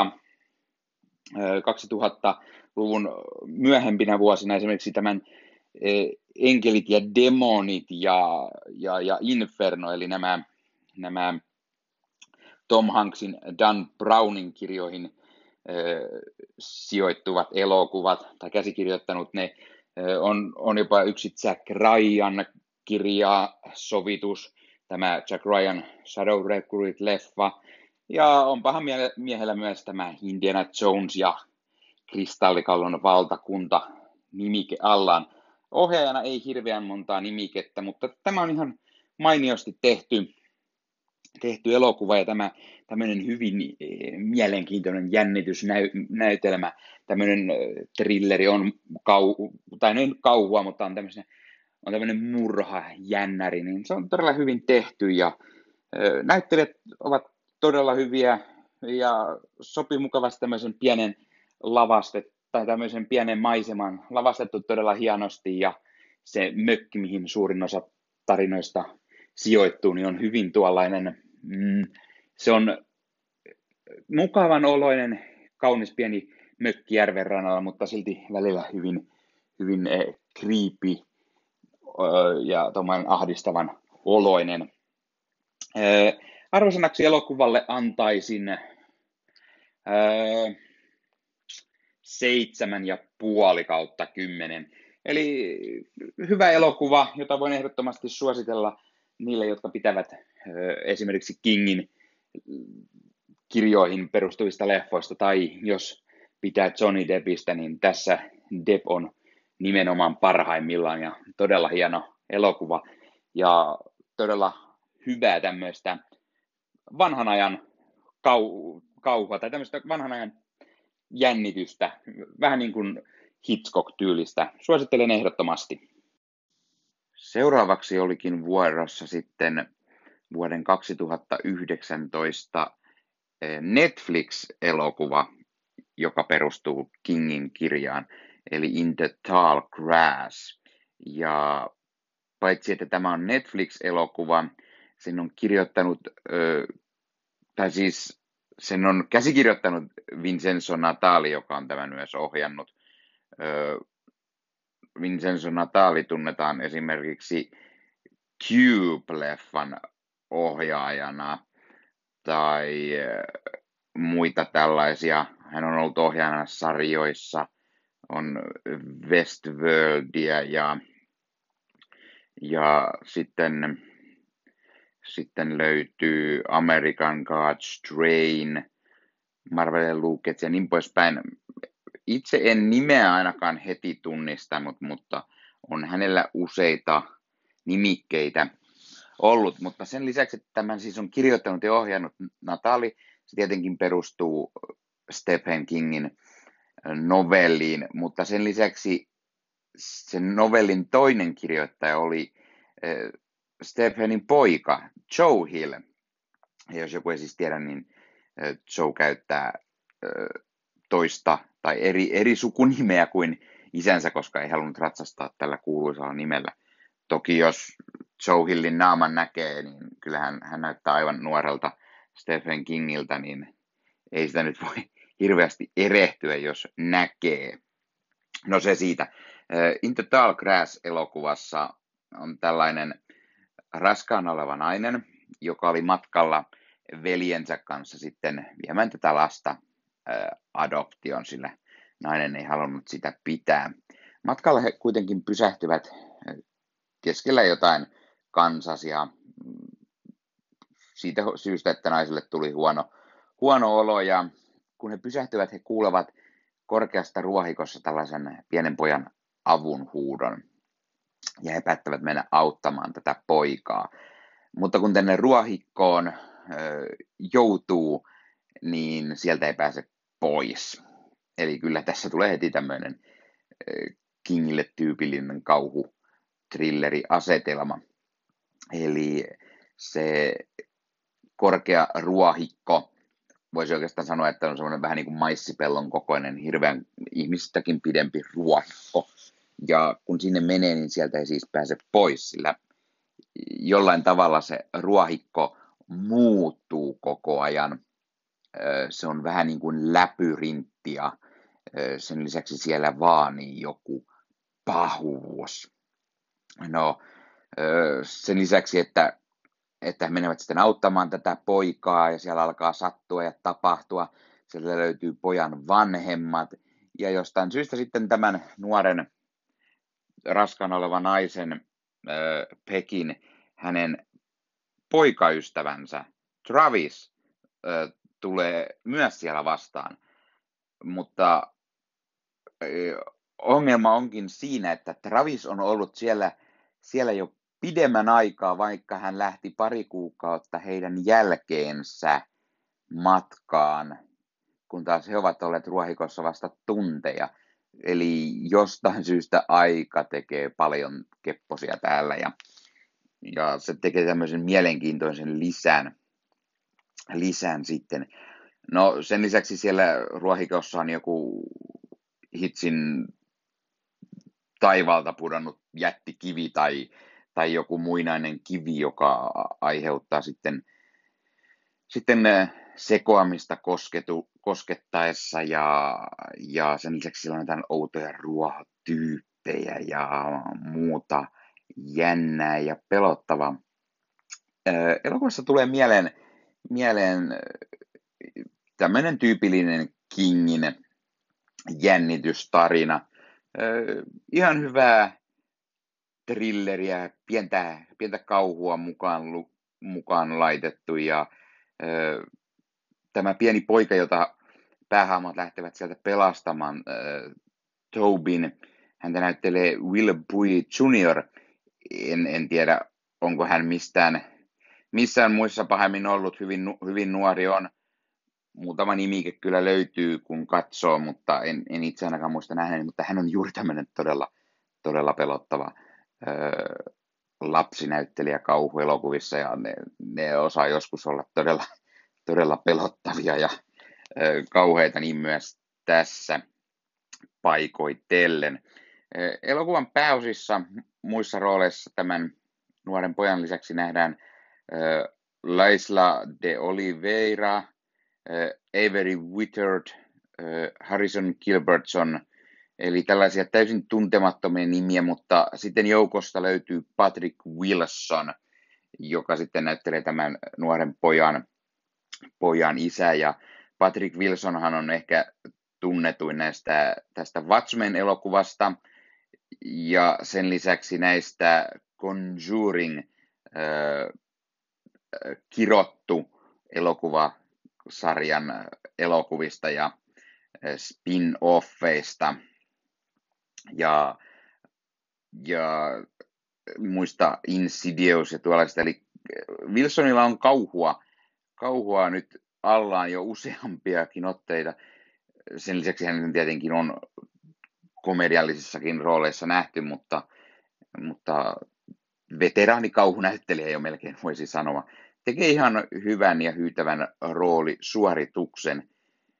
2000-luvun myöhempinä vuosina esimerkiksi tämän Enkelit ja demonit ja Inferno, eli nämä Tom Hanksin Dan Brownin kirjoihin sijoittuvat elokuvat, tai käsikirjoittanut ne, on jopa yksi Jack Ryan kirjasovitus, tämä Jack Ryan Shadow Recruit-leffa, ja onpahan miehellä myös tämä Indiana Jones ja Kristallikallon valtakunta nimike allaan. Ohjaajana ei hirveän montaa nimikettä, mutta tämä on ihan mainiosti tehty elokuva ja tämmöinen hyvin mielenkiintoinen jännitysnäytelmä, tämmöinen thrilleri on tai ei nyt kauhua, mutta on tämmöinen murhajännäri, niin se on todella hyvin tehty ja näyttelijät ovat todella hyviä ja sopii mukavasti tämmöisen pienen tai tämmöisen pienen maiseman lavastettu todella hienosti ja se mökki, mihin suurin osa tarinoista sijoittuu, niin on hyvin tuollainen, se on mukavan oloinen, kaunis pieni mökki järven rannalla, mutta silti välillä hyvin creepy ja tommoinen ahdistavan oloinen. Arvosanaksi elokuvalle antaisin 7,5/10. Eli hyvä elokuva, jota voin ehdottomasti suositella niille, jotka pitävät esimerkiksi Kingin kirjoihin perustuvista leffoista, tai jos pitää Johnny Deppistä, niin tässä Depp on nimenomaan parhaimmillaan ja todella hieno elokuva ja todella hyvää tämmöistä vanhan ajan kauhua tai tämmöistä vanhan ajan jännitystä, vähän niin kuin Hitchcock-tyylistä. Suosittelen ehdottomasti. Seuraavaksi olikin vuorossa sitten vuoden 2019 Netflix-elokuva, joka perustuu Kingin kirjaan, eli In the Tall Grass. Ja paitsi, että tämä on Netflix-elokuva, sen on kirjoittanut, sen on käsikirjoittanut Vincenzo Natali, joka on tämän myös ohjannut. Vincenzo Natali tunnetaan esimerkiksi Cube-leffan ohjaajana tai muita tällaisia. Hän on ollut ohjaajana sarjoissa, on Westworldia ja sitten löytyy American Gods Train, Marvelin Lucas ja niin poispäin. Itse en nimeä ainakaan heti tunnistanut, mutta on hänellä useita nimikkeitä ollut. Mutta sen lisäksi, että tämän siis on kirjoittanut ja ohjannut Natali, se tietenkin perustuu Stephen Kingin novelliin, mutta sen lisäksi sen novellin toinen kirjoittaja oli Stephenin poika Joe Hill. Ja jos joku ei siis tiedä, niin Joe käyttää toista tai eri sukunimeä kuin isänsä, koska ei halunnut ratsastaa tällä kuuluisalla nimellä. Toki jos Joe Hillin naaman näkee, niin kyllähän hän näyttää aivan nuorelta Stephen Kingiltä, niin ei sitä nyt voi hirveästi erehtyä, jos näkee. No se siitä. In the Tall Grass-elokuvassa on tällainen raskaana oleva nainen, joka oli matkalla veljensä kanssa sitten viemään tätä lasta adoption, sillä nainen ei halunnut sitä pitää. Matkalla he kuitenkin pysähtyvät keskellä jotain Kansas ja siitä syystä, että naiselle tuli huono olo ja kun he pysähtyvät, he kuulevat korkeasta ruohikossa tällaisen pienen pojan avunhuudon ja he päättävät mennä auttamaan tätä poikaa. Mutta kun tänne ruohikkoon joutuu, niin sieltä ei pääse pois. Eli kyllä tässä tulee heti tämmöinen Kingille tyypillinen kauhu-thriller-asetelma. Eli se korkea ruohikko, voisi oikeastaan sanoa, että on semmoinen vähän niin kuin maissipellon kokoinen, hirveän ihmisistäkin pidempi ruohikko. Ja kun sinne menee, niin sieltä ei siis pääse pois, sillä jollain tavalla se ruohikko muuttuu koko ajan. Se on vähän niin kuin läpyrintti ja sen lisäksi siellä vaanii joku pahuus. No, sen lisäksi, että he menevät sitten auttamaan tätä poikaa ja siellä alkaa sattua ja tapahtua. Sieltä löytyy pojan vanhemmat ja jostain syystä sitten tämän nuoren raskaana olevan naisen Pekin, hänen poikaystävänsä Travis tulee myös siellä vastaan. Mutta ongelma onkin siinä, että Travis on ollut siellä jo pidemmän aikaa, vaikka hän lähti pari kuukautta heidän jälkeensä matkaan, kun taas he ovat olleet ruohikossa vasta tunteja. Eli jostain syystä aika tekee paljon kepposia täällä ja se tekee tämmöisen mielenkiintoisen lisän sitten. No sen lisäksi siellä ruohikossa on joku hitsin taivaalta pudonnut jättikivi tai joku muinainen kivi, joka aiheuttaa sitten sekoamista koskettaessa ja sen lisäksi siellä on jotain outoja ruohotyyppejä ja muuta jännää ja pelottavaa. Elokuvassa tulee mieleen tämmöinen tyypillinen Kingin jännitystarina. Ihan hyvää thrilleriä, pientä kauhua mukaan laitettu ja tämä pieni poika, jota päähahmot lähtevät sieltä pelastamaan, Tobin, häntä näyttelee Will Puig Jr. En tiedä, onko hän missään muissa pahemmin ollut, hyvin nuori on. Muutama nimike kyllä löytyy, kun katsoo, mutta en itse ainakaan muista nähneeni, mutta hän on juuri tämmöinen todella pelottava lapsinäyttelijä kauhuelokuvissa, ja ne osaa joskus olla todella pelottavia ja kauheita, niin myös tässä paikoitellen. Elokuvan pääosissa muissa rooleissa tämän nuoren pojan lisäksi nähdään Laisla de Oliveira, Avery Whittard, Harrison Gilbertson, eli tällaisia täysin tuntemattomia nimiä, mutta sitten joukosta löytyy Patrick Wilson, joka sitten näyttelee tämän nuoren pojan isä, ja Patrick Wilsonhan on ehkä tunnetuin tästä Watchmen-elokuvasta, ja sen lisäksi näistä Conjuring kirottu elokuvasarjan elokuvista ja spin-offeista ja muista Insidious ja tuollaista. Eli Wilsonilla on kauhua nyt allaan jo useampiakin otteita. Sen lisäksi hän tietenkin on komediallisissakin rooleissa nähty, mutta veteraanikauhunäyttelijä jo melkein voisi sanoa. Tekee ihan hyvän ja hyytävän roolisuorituksen.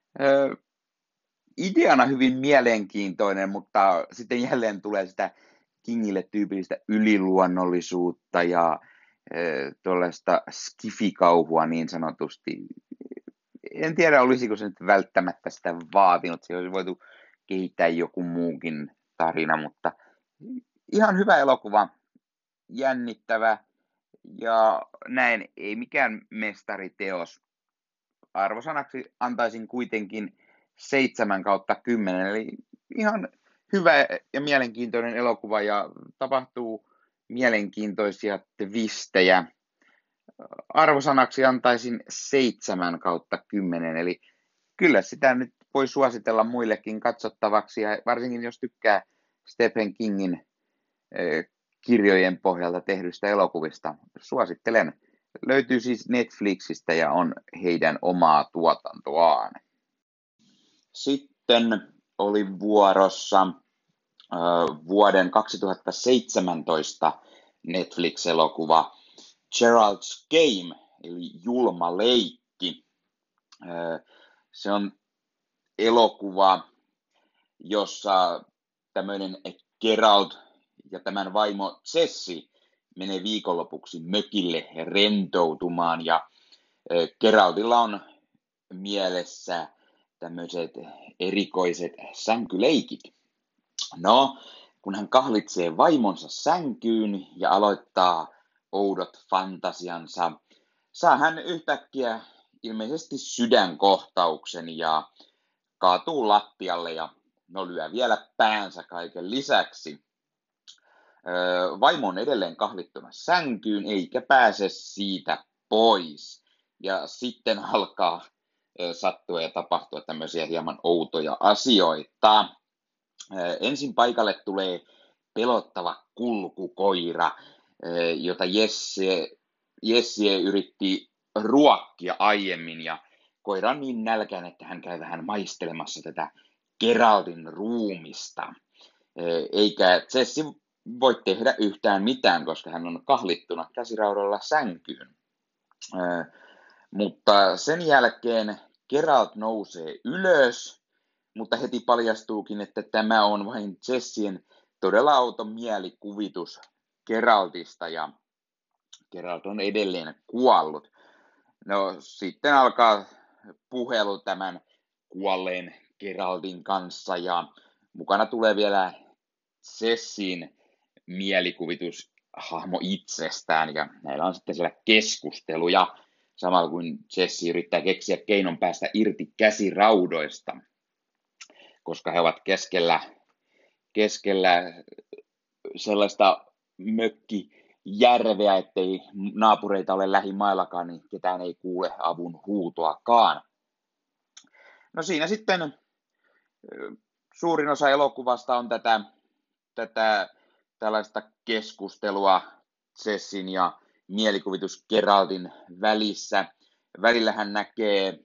Ideana hyvin mielenkiintoinen, mutta sitten jälleen tulee sitä Kingille tyypillistä yliluonnollisuutta ja tuollaista skifikauhua niin sanotusti. En tiedä, olisiko se nyt välttämättä sitä vaatinut. Se olisi voitu kehittää joku muukin tarina, mutta ihan hyvä elokuva, jännittävä ja näin, ei mikään mestariteos. Arvosanaksi antaisin kuitenkin 7/10, eli ihan hyvä ja mielenkiintoinen elokuva ja tapahtuu mielenkiintoisia twistejä. Arvosanaksi antaisin 7/10, eli kyllä sitä nyt voi suositella muillekin katsottavaksi, ja varsinkin jos tykkää Stephen Kingin kirjojen pohjalta tehdyistä elokuvista, suosittelen. Löytyy siis Netflixistä ja on heidän omaa tuotantoaan. Sitten oli vuorossa vuoden 2017 Netflix-elokuva Gerald's Game, eli Julma leikki. Se on elokuva, jossa tämmöinen Gerald ja tämän vaimo Jessie menee viikonlopuksi mökille rentoutumaan, ja Geraldilla on mielessä tämmöiset erikoiset sänkyleikit. No, kun hän kahlitsee vaimonsa sänkyyn ja aloittaa oudot fantasiansa, saa hän yhtäkkiä ilmeisesti sydänkohtauksen ja kaatuu lattialle ja lyö vielä päänsä kaiken lisäksi. Vaimo on edelleen kahlittuna sänkyyn eikä pääse siitä pois. Ja sitten alkaa sattua ja tapahtua tämmöisiä hieman outoja asioita. Ensin paikalle tulee pelottava kulkukoira, jota Jesse yritti ruokkia aiemmin, ja koira on niin nälkäinen, että hän käy vähän maistelemassa tätä Geraltin ruumista. Eikä Jesse voi tehdä yhtään mitään, koska hän on kahlittuna käsiraudalla sänkyyn. Mutta sen jälkeen Geralt nousee ylös, mutta heti paljastuukin, että tämä on vain Jessin todella outo mielikuvitus Geraltista ja Geralt on edelleen kuollut. No sitten alkaa puhelu tämän kuolleen Geraltin kanssa ja mukana tulee vielä Jessin mielikuvitushahmo itsestään ja näillä on sitten siellä keskusteluja samalla kun Jesse yrittää keksiä keinon päästä irti käsiraudoista, koska he ovat keskellä sellaista mökkijärveä, ettei naapureita ole lähimaillakaan, niin ketään ei kuule avun huutoakaan. No siinä sitten suurin osa elokuvasta on tätä tällaista keskustelua Jessin ja mielikuvitus Geraltin välissä. Välillä hän näkee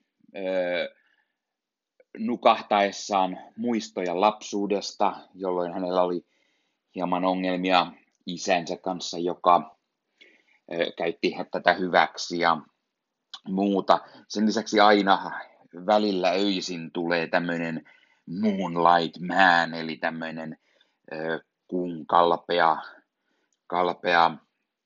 nukahtaessaan muistoja lapsuudesta, jolloin hänellä oli hieman ongelmia isänsä kanssa, joka käytti tätä hyväksi ja muuta. Sen lisäksi aina välillä öisin tulee tämmöinen Moonlight Man, eli tämmöinen kuun kalpea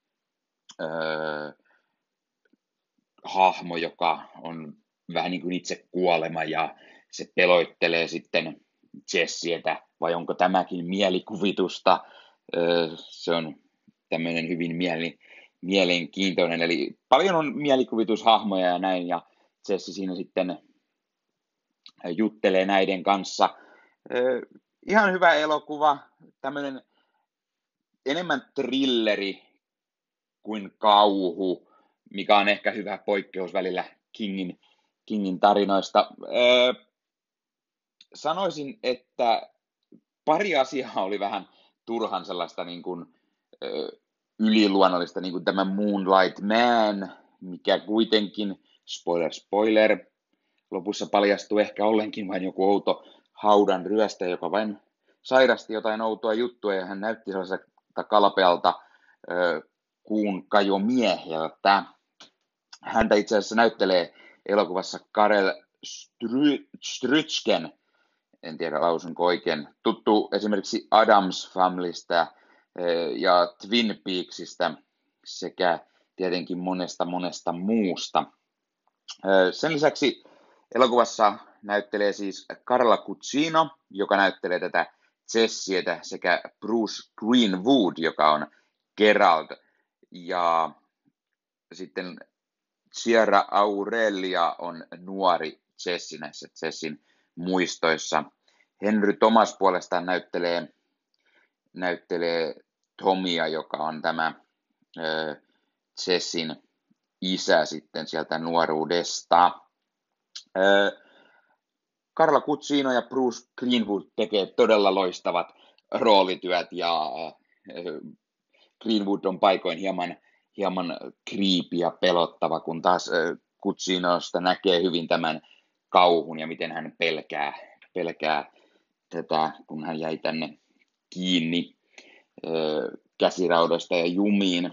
hahmo, joka on vähän niin kuin itse kuolema ja se peloittelee sitten Jesseätä, vai onko tämäkin mielikuvitusta? Se on tämmöinen hyvin mielenkiintoinen, eli paljon on mielikuvitushahmoja ja näin, ja Jesse siinä sitten juttelee näiden kanssa. Ihan hyvä elokuva, tämmöinen enemmän thrilleri kuin kauhu, mikä on ehkä hyvä poikkeus välillä Kingin tarinoista. Sanoisin, että pari asiaa oli vähän turhan sellaista niin kuin, yliluonnollista, niin kuin tämä Moonlight Man, mikä kuitenkin, spoiler, lopussa paljastui ehkä ollenkin vain joku outo haudan ryöstäjä, joka vain sairasti jotain outoa juttua, ja hän näytti sellaiselta kalpealta kuun kajomieheltä. Häntä itse asiassa näyttelee elokuvassa Karel Strychken, en tiedä lausunko oikein, tuttu esimerkiksi Addams Familystä ja Twin Peaksista sekä tietenkin monesta muusta. Sen lisäksi elokuvassa näyttelee siis Carla Gugino, joka näyttelee tätä Jesseätä, sekä Bruce Greenwood, joka on Geralt, ja sitten Sierra Aurelia on nuori Jesse näissä Jessin muistoissa. Henry Thomas puolestaan näyttelee Tomia, joka on tämä Jessin isä sitten sieltä nuoruudesta. Carla Gugino ja Bruce Greenwood tekee todella loistavat roolityöt ja Greenwood on paikoin hieman creepy ja pelottava, kun taas Guginosta näkee hyvin tämän kauhun ja miten hän pelkää tätä, kun hän jäi tänne kiinni käsiraudoista ja jumiin.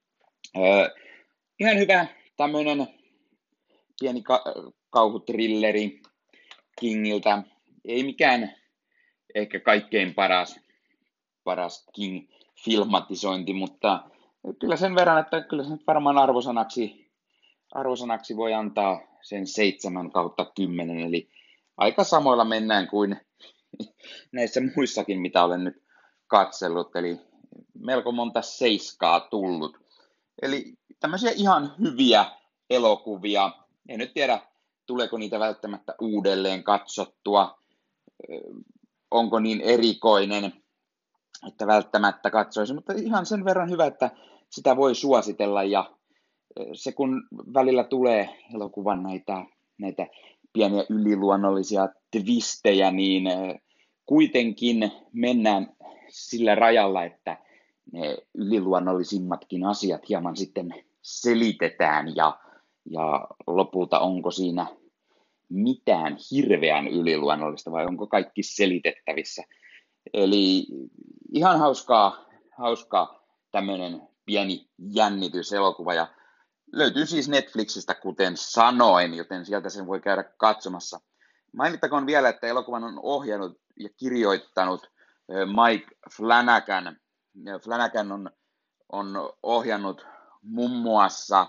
Ihan hyvä tämmöinen pieni kauhutrilleri Kingiltä. Ei mikään ehkä kaikkein paras King-filmatisointi, mutta kyllä sen verran, että kyllä sen varmaan arvosanaksi voi antaa sen 7/10, eli aika samoilla mennään kuin näissä muissakin, mitä olen nyt katsellut, eli melko monta seiskaa tullut. Eli tämmöisiä ihan hyviä elokuvia. En nyt tiedä, tuleeko niitä välttämättä uudelleen katsottua, onko niin erikoinen, että välttämättä katsoisi, mutta ihan sen verran hyvä, että sitä voi suositella, ja se kun välillä tulee elokuvan näitä pieniä yliluonnollisia twistejä, niin kuitenkin mennään sillä rajalla, että ne yliluonnollisimmatkin asiat hieman sitten selitetään, ja lopulta onko siinä mitään hirveän yliluonnollista vai onko kaikki selitettävissä. Eli ihan hauskaa tämmöinen pieni jännityselokuva, ja löytyy siis Netflixistä, kuten sanoin, joten sieltä sen voi käydä katsomassa. Mainittakoon vielä, että elokuvan on ohjannut ja kirjoittanut Mike Flanagan. Flanagan on ohjannut muun muassa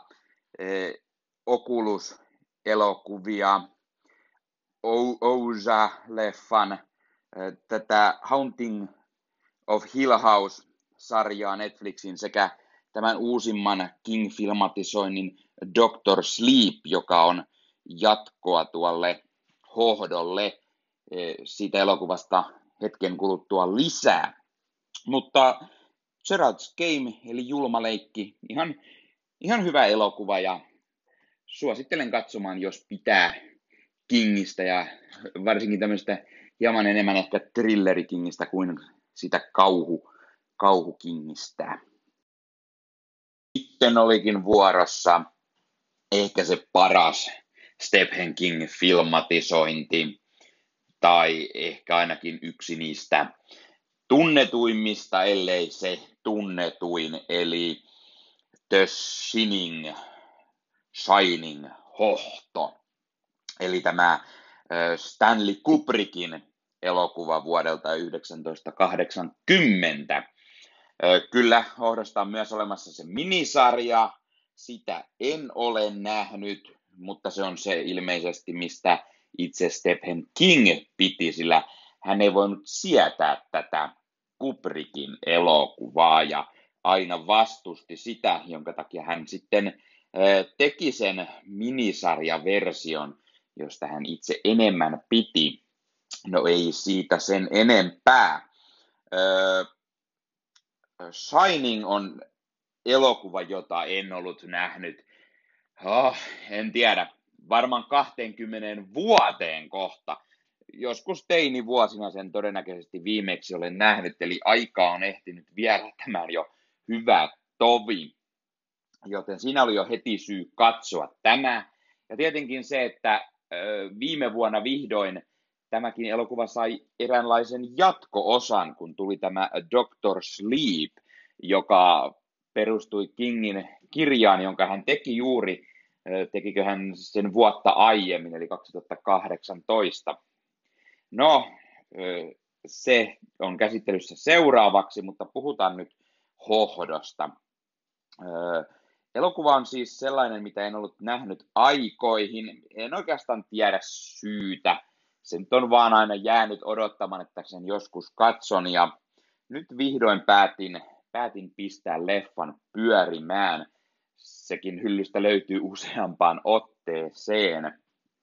Oculus-elokuvia, Ouija-leffan, tätä Haunting of Hill House-sarjaa Netflixin sekä tämän uusimman King-filmatisoinnin Doctor Sleep, joka on jatkoa tuolle hohdolle. Siitä elokuvasta hetken kuluttua lisää. Mutta Gerald's Game, eli julma leikki, ihan hyvä elokuva, ja suosittelen katsomaan, jos pitää Kingistä, ja varsinkin tämmöistä hieman enemmän ehkä thrillerikingistä kuin sitä kauhukingistä. Sitten olikin vuorossa ehkä se paras Stephen King-filmatisointi, tai ehkä ainakin yksi niistä tunnetuimmista, ellei se tunnetuin, eli The Shining, hohto, eli tämä Stanley Kubrickin elokuva vuodelta 1980. Kyllä, hohdosta on myös olemassa se minisarja, sitä en ole nähnyt, mutta se on se ilmeisesti, mistä itse Stephen King piti, sillä hän ei voinut sietää tätä Kubrickin elokuvaa ja aina vastusti sitä, jonka takia hän sitten teki sen minisarjaversion, josta hän itse enemmän piti. No ei siitä sen enempää. Shining on elokuva, jota en ollut nähnyt, en tiedä, varmaan 20 vuoteen kohta. Joskus teinivuosina sen todennäköisesti viimeksi olen nähnyt, eli aikaa on ehtinyt vielä tämän jo hyvä tovi. Joten siinä oli jo heti syy katsoa tämä. Ja tietenkin se, että viime vuonna vihdoin tämäkin elokuva sai eräänlaisen jatko-osan, kun tuli tämä Doctor Sleep, joka perustui Kingin kirjaan, jonka hän teki juuri, tekikö hän sen vuotta aiemmin, eli 2018. No, se on käsittelyssä seuraavaksi, mutta puhutaan nyt hohdosta. Elokuva on siis sellainen, mitä en ollut nähnyt aikoihin. En oikeastaan tiedä syytä. Se nyt on vaan aina jäänyt odottamaan, että sen joskus katson. Ja nyt vihdoin päätin pistää leffan pyörimään. Sekin hyllystä löytyy useampaan otteeseen.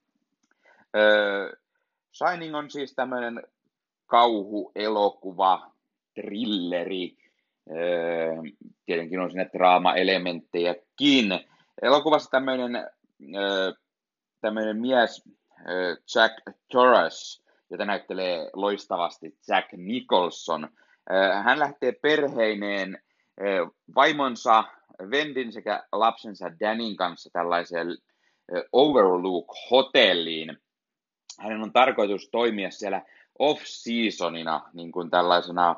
Shining on siis tämmöinen kauhuelokuva, thrilleri. Tietenkin on siinä draama-elementtejäkin. Elokuvassa tämmöinen mies, Jack Torrance, jota näyttelee loistavasti Jack Nicholson. Hän lähtee perheineen vaimonsa Wendin sekä lapsensa Danin kanssa tällaiseen Overlook-hotelliin. Hänen on tarkoitus toimia siellä off-seasonina, niin kuin tällaisena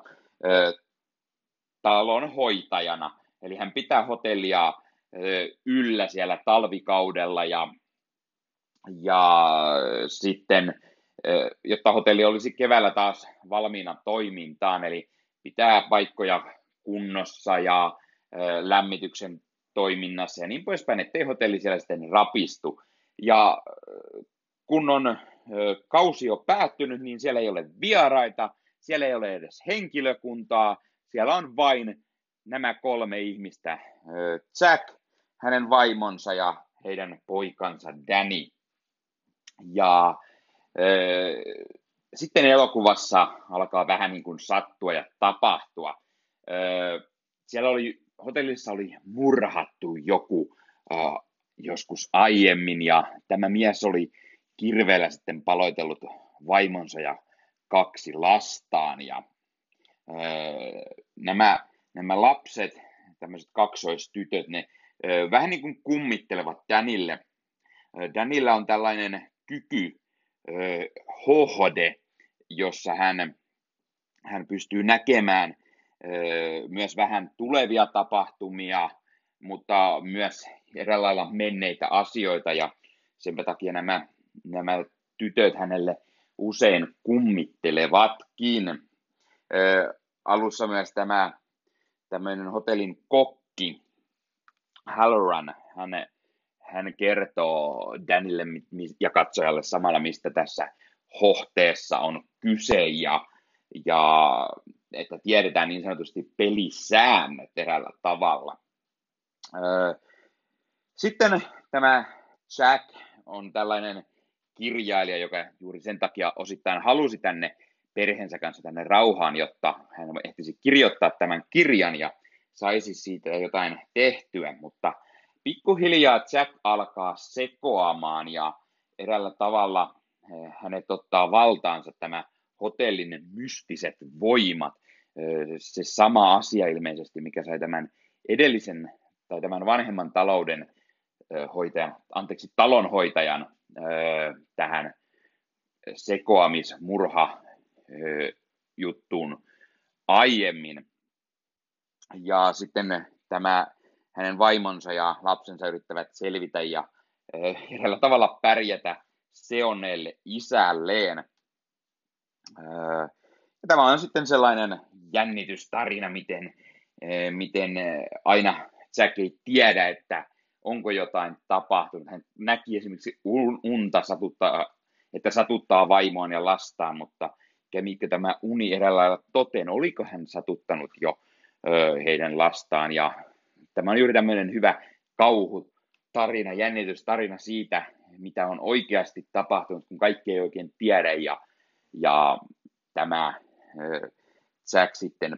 talonhoitajana. Eli hän pitää hotellia yllä siellä talvikaudella ja sitten, jotta hotelli olisi keväällä taas valmiina toimintaan, eli pitää paikkoja kunnossa ja lämmityksen toiminnassa ja niin poispäin, ettei hotelli siellä sitten rapistu. Ja kun on kausi jo päättynyt, niin siellä ei ole vieraita, siellä ei ole edes henkilökuntaa, siellä on vain nämä 3 ihmistä, Jack, hänen vaimonsa ja heidän poikansa Danny. Ja sitten elokuvassa alkaa vähän niin kuin sattua ja tapahtua. Siellä hotellissa oli murhattu joku joskus aiemmin, ja tämä mies oli kirveellä sitten paloitellut vaimonsa ja 2 lastaan. Ja nämä lapset, tämmöiset kaksoistytöt, ne vähän niin kuin kummittelevat Danille. Danilla on tällainen kyky, hohde, jossa hän pystyy näkemään myös vähän tulevia tapahtumia, mutta myös eräällä lailla menneitä asioita, ja sen takia nämä tytöt hänelle usein kummittelevatkin. Alussa myös tämmöinen hotellin kokki, Halloran, hän kertoo Danille ja katsojalle samalla, mistä tässä hohteessa on kyse, ja että tiedetään niin sanotusti pelisäännöt eräällä tavalla. Sitten tämä Jack on tällainen kirjailija, joka juuri sen takia osittain halusi tänne perheensä kanssa tänne rauhaan, jotta hän ehtisi kirjoittaa tämän kirjan ja saisi siitä jotain tehtyä, mutta pikkuhiljaa Jack alkaa sekoamaan ja eräällä tavalla hänet ottaa valtaansa tämä hotellin mystiset voimat. Se sama asia ilmeisesti, mikä sai tämän edellisen tai tämän vanhemman talonhoitajan tähän sekoamismurha juttuun aiemmin. Ja sitten hänen vaimonsa ja lapsensa yrittävät selvitä ja eräällä tavalla pärjätä seonneelle isälleen. Ja tämä on sitten sellainen jännitystarina, miten aina Jack ei tiedä, että onko jotain tapahtunut. Hän näki esimerkiksi unta että satuttaa vaimoaan ja lastaan, mutta kävikö tämä uni eräällä lailla toteen? Oliko hän satuttanut jo heidän lastaan? Ja tämä on juuri tämmöinen hyvä kauhutarina, jännitystarina siitä, mitä on oikeasti tapahtunut, kun kaikki ei oikein tiedä. Ja tämä Jack sitten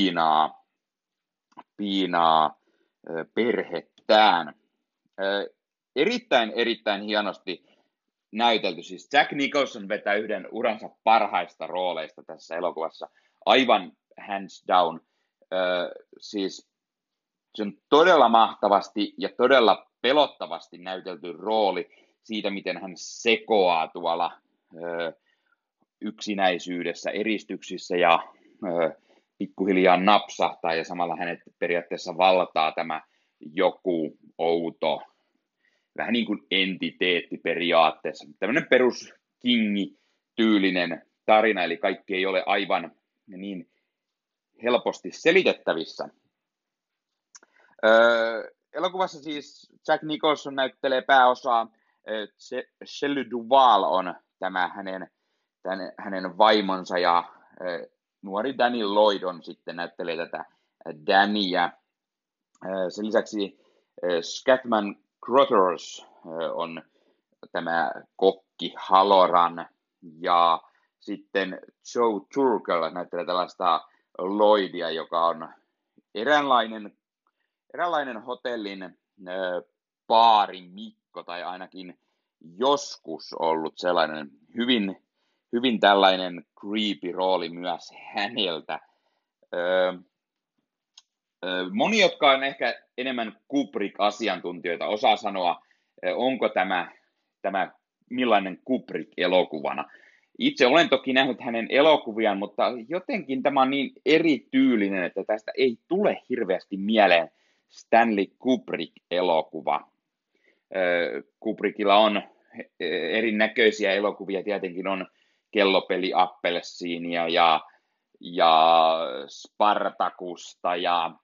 piinaa perhettään. Erittäin hienosti näytelty. Siis Jack Nicholson vetää yhden uransa parhaista rooleista tässä elokuvassa. Aivan hands down. Siis se on todella mahtavasti ja todella pelottavasti näytelty rooli siitä, miten hän sekoaa tuolla yksinäisyydessä, eristyksissä ja pikkuhiljaa napsahtaa ja samalla hänet periaatteessa valtaa tämä joku outo, vähän niin kuin entiteetti periaatteessa. Tämmöinen perus Kingi-tyylinen tarina, eli kaikki ei ole aivan niin helposti selitettävissä. Elokuvassa siis Jack Nicholson näyttelee pääosaa. Shelley Duvall on tämä hänen vaimonsa ja nuori Danny Lloyd on sitten näyttelee tätä Dannyä. Sen lisäksi Scatman Crothers on tämä kokki Halloran ja sitten Joe Turkel näyttelee tällaista Lloydia, joka on eräänlainen hotellin baarimikko tai ainakin joskus ollut sellainen hyvin tällainen creepy rooli myös häneltä. Moni, jotka on ehkä enemmän Kubrick-asiantuntijoita, osaa sanoa, onko tämä millainen Kubrick elokuvana. Itse olen toki nähnyt hänen elokuviaan, mutta jotenkin tämä on niin erityylinen, että tästä ei tule hirveästi mieleen Stanley Kubrick-elokuva. Kubrickilla on erinäköisiä elokuvia, tietenkin on Kellopeli Appelsiinia ja Spartakusta ja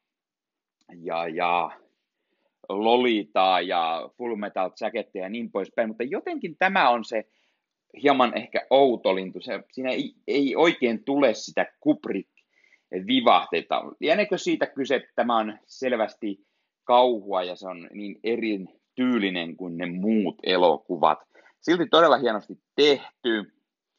Lolitaa ja Full Metal Jackettia ja niin poispäin, mutta jotenkin tämä on se hieman ehkä outo lintu. Siinä ei oikein tule sitä Kubrick-vivahteita. Lieneekö siitä kyse, että tämä on selvästi kauhua ja se on niin eri tyylinen kuin ne muut elokuvat. Silti todella hienosti tehty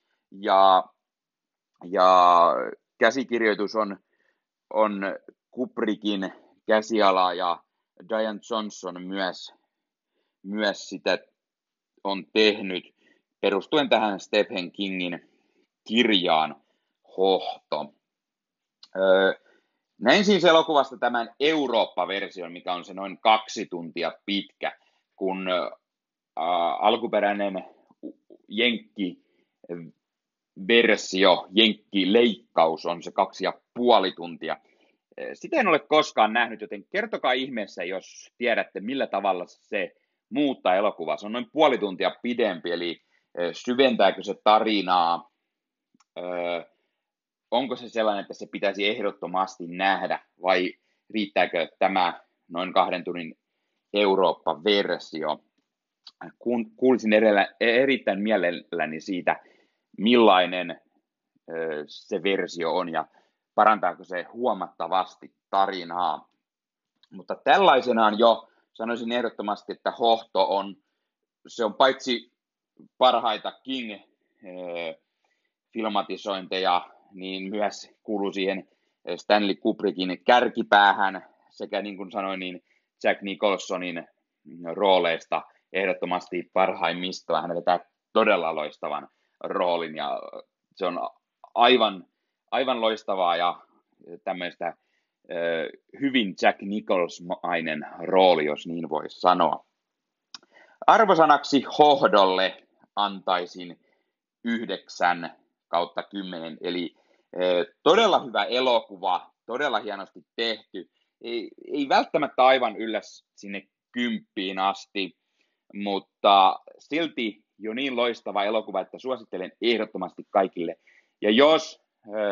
ja käsikirjoitus on Kubrickin käsiala ja Diane Johnson myös sitä on tehnyt perustuen tähän Stephen Kingin kirjaan Hohto. Näin siis elokuvasta tämän Eurooppa-version, mikä on se noin 2 tuntia pitkä, kun alkuperäinen jenkkiversio, jenkkileikkaus on se 2,5 tuntia. Sitä en ole koskaan nähnyt, joten kertokaa ihmeessä, jos tiedätte, millä tavalla se muuttaa elokuvaa. Se on noin 0,5 tuntia pidempi, eli syventääkö se tarinaa, onko se sellainen, että se pitäisi ehdottomasti nähdä, vai riittääkö tämä noin 2 tunnin Eurooppa-versio. Kuulisin erittäin mielelläni siitä, millainen se versio on ja parantaako se huomattavasti tarinaa. Mutta tällaisenaan jo sanoisin ehdottomasti, että Hohto se on paitsi parhaita King-filmatisointeja, niin myös kuuluu siihen Stanley Kubrickin kärkipäähän sekä niin kuin sanoin, niin Jack Nicholsonin rooleista ehdottomasti parhaimmista. Hän vetää todella loistavan roolin ja se on aivan loistavaa ja tämmöistä hyvin Jack Nicholsmainen rooli, jos niin voisi sanoa. Arvosanaksi Hohdolle antaisin 9/10, eli todella hyvä elokuva, todella hienosti tehty. Ei välttämättä aivan yllä sinne 10 asti, mutta silti jo niin loistava elokuva, että suosittelen ehdottomasti kaikille. Ja jos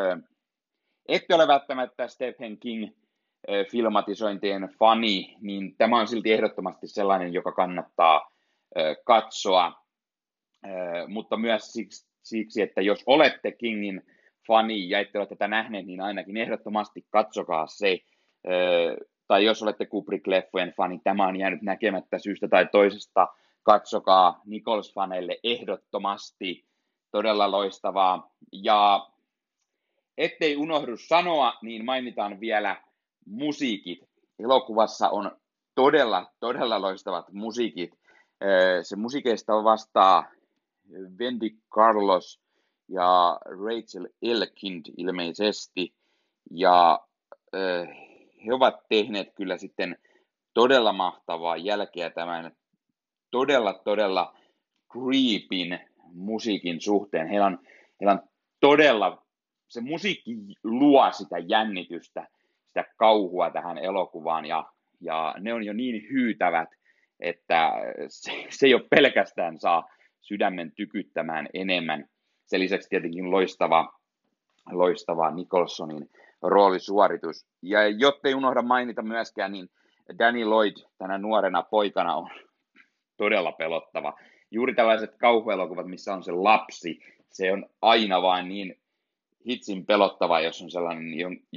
ette ole välttämättä Stephen King-filmatisointien fani, niin tämä on silti ehdottomasti sellainen, joka kannattaa katsoa, mutta myös siksi, että jos olette Kingin fani ja ette ole tätä nähneet, niin ainakin ehdottomasti katsokaa se. Tai jos olette Kubrick-leffojen fani, tämä on jäänyt näkemättä syystä tai toisesta, katsokaa Nichols-faneille ehdottomasti, todella loistavaa. Ja ettei unohdu sanoa, niin mainitaan vielä musiikit. Elokuvassa on todella loistavat musiikit. Se musiikeista vastaa Wendy Carlos ja Rachel Elkind ilmeisesti. Ja he ovat tehneet kyllä sitten todella mahtavaa jälkeä tämän todella creepin musiikin suhteen. Heillä on todella, se musiikki luo sitä jännitystä, sitä kauhua tähän elokuvaan ja ne on jo niin hyytävät, että se jo pelkästään saa sydämen tykyttämään enemmän. Sen lisäksi tietenkin loistava Nicholsonin roolisuoritus. Ja jottei unohda mainita myöskään, niin Danny Lloyd tänä nuorena poikana on todella pelottava. Juuri tällaiset kauhuelokuvat, missä on se lapsi, se on aina vain niin hitsin pelottava, jos on sellainen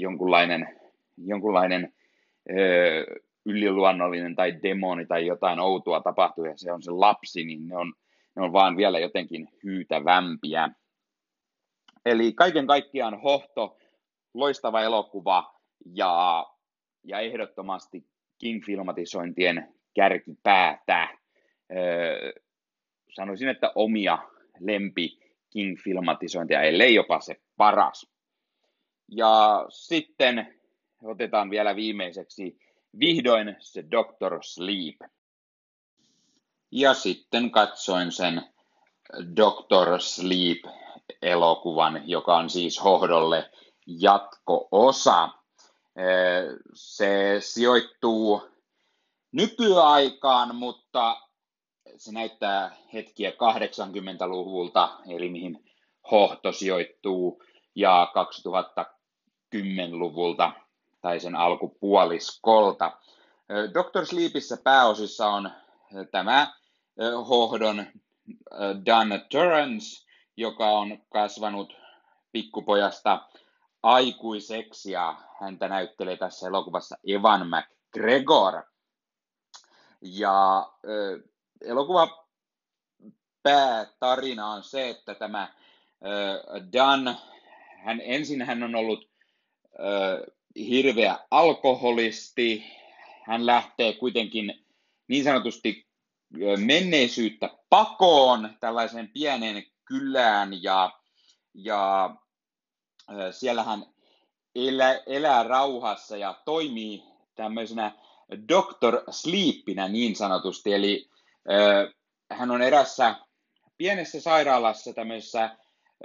jonkunlainen yliluonnollinen tai demoni tai jotain outoa tapahtuu ja se on se lapsi, niin ne on vaan vielä jotenkin hyytävämpiä. Eli kaiken kaikkiaan Hohto, loistava elokuva ja ehdottomasti King-filmatisointien kärkipäätä. Sanoisin, että omia lempi King-filmatisointia, ellei jopa se paras. Ja sitten otetaan vielä viimeiseksi vihdoin se Doctor Sleep. Ja sitten katsoin sen Doctor Sleep-elokuvan, joka on siis Hohdolle jatko-osa. Se sijoittuu nykyaikaan, mutta se näyttää hetkiä 80-luvulta, eli mihin Hohto sijoittuu, ja 2010-luvulta tai sen alkupuoliskolta. Doctor Sleepissä pääosissa on tämä Hohdon Dan Torrance, joka on kasvanut pikkupojasta aikuiseksi, ja häntä näyttelee tässä elokuvassa Ewan McGregor. Ja elokuva päätarina on se, että tämä Dan, hän on ollut hirveä alkoholisti. Hän lähtee kuitenkin niin sanotusti menneisyyttä pakoon tällaiseen pieneen kylään, ja siellä hän elää rauhassa ja toimii tämmöisenä Dr. Sleepinä niin sanotusti, eli hän on erässä pienessä sairaalassa tämmöisessä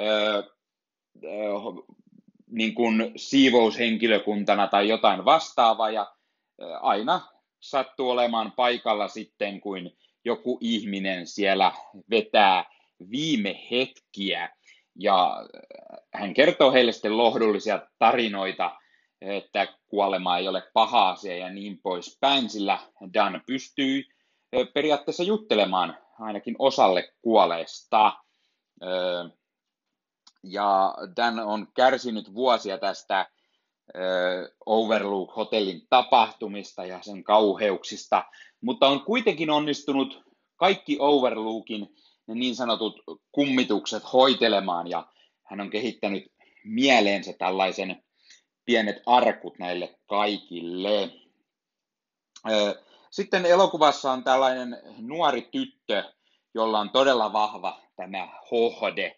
niin kuin siivoushenkilökuntana tai jotain vastaavaa, ja aina sattuu olemaan paikalla sitten, kun joku ihminen siellä vetää viime hetkiä, ja hän kertoo heille sitten lohdullisia tarinoita, että kuolema ei ole paha asia ja niin poispäin, sillä Dan pystyy periaatteessa juttelemaan ainakin osalle kuolleista. Ja Dan on kärsinyt vuosia tästä Overlook-hotellin tapahtumista ja sen kauheuksista, mutta on kuitenkin onnistunut kaikki Overlookin ne niin sanotut kummitukset hoitelemaan, ja hän on kehittänyt mieleensä tällaisen pienet arkut näille kaikille. Sitten elokuvassa on tällainen nuori tyttö, jolla on todella vahva tämä hohde,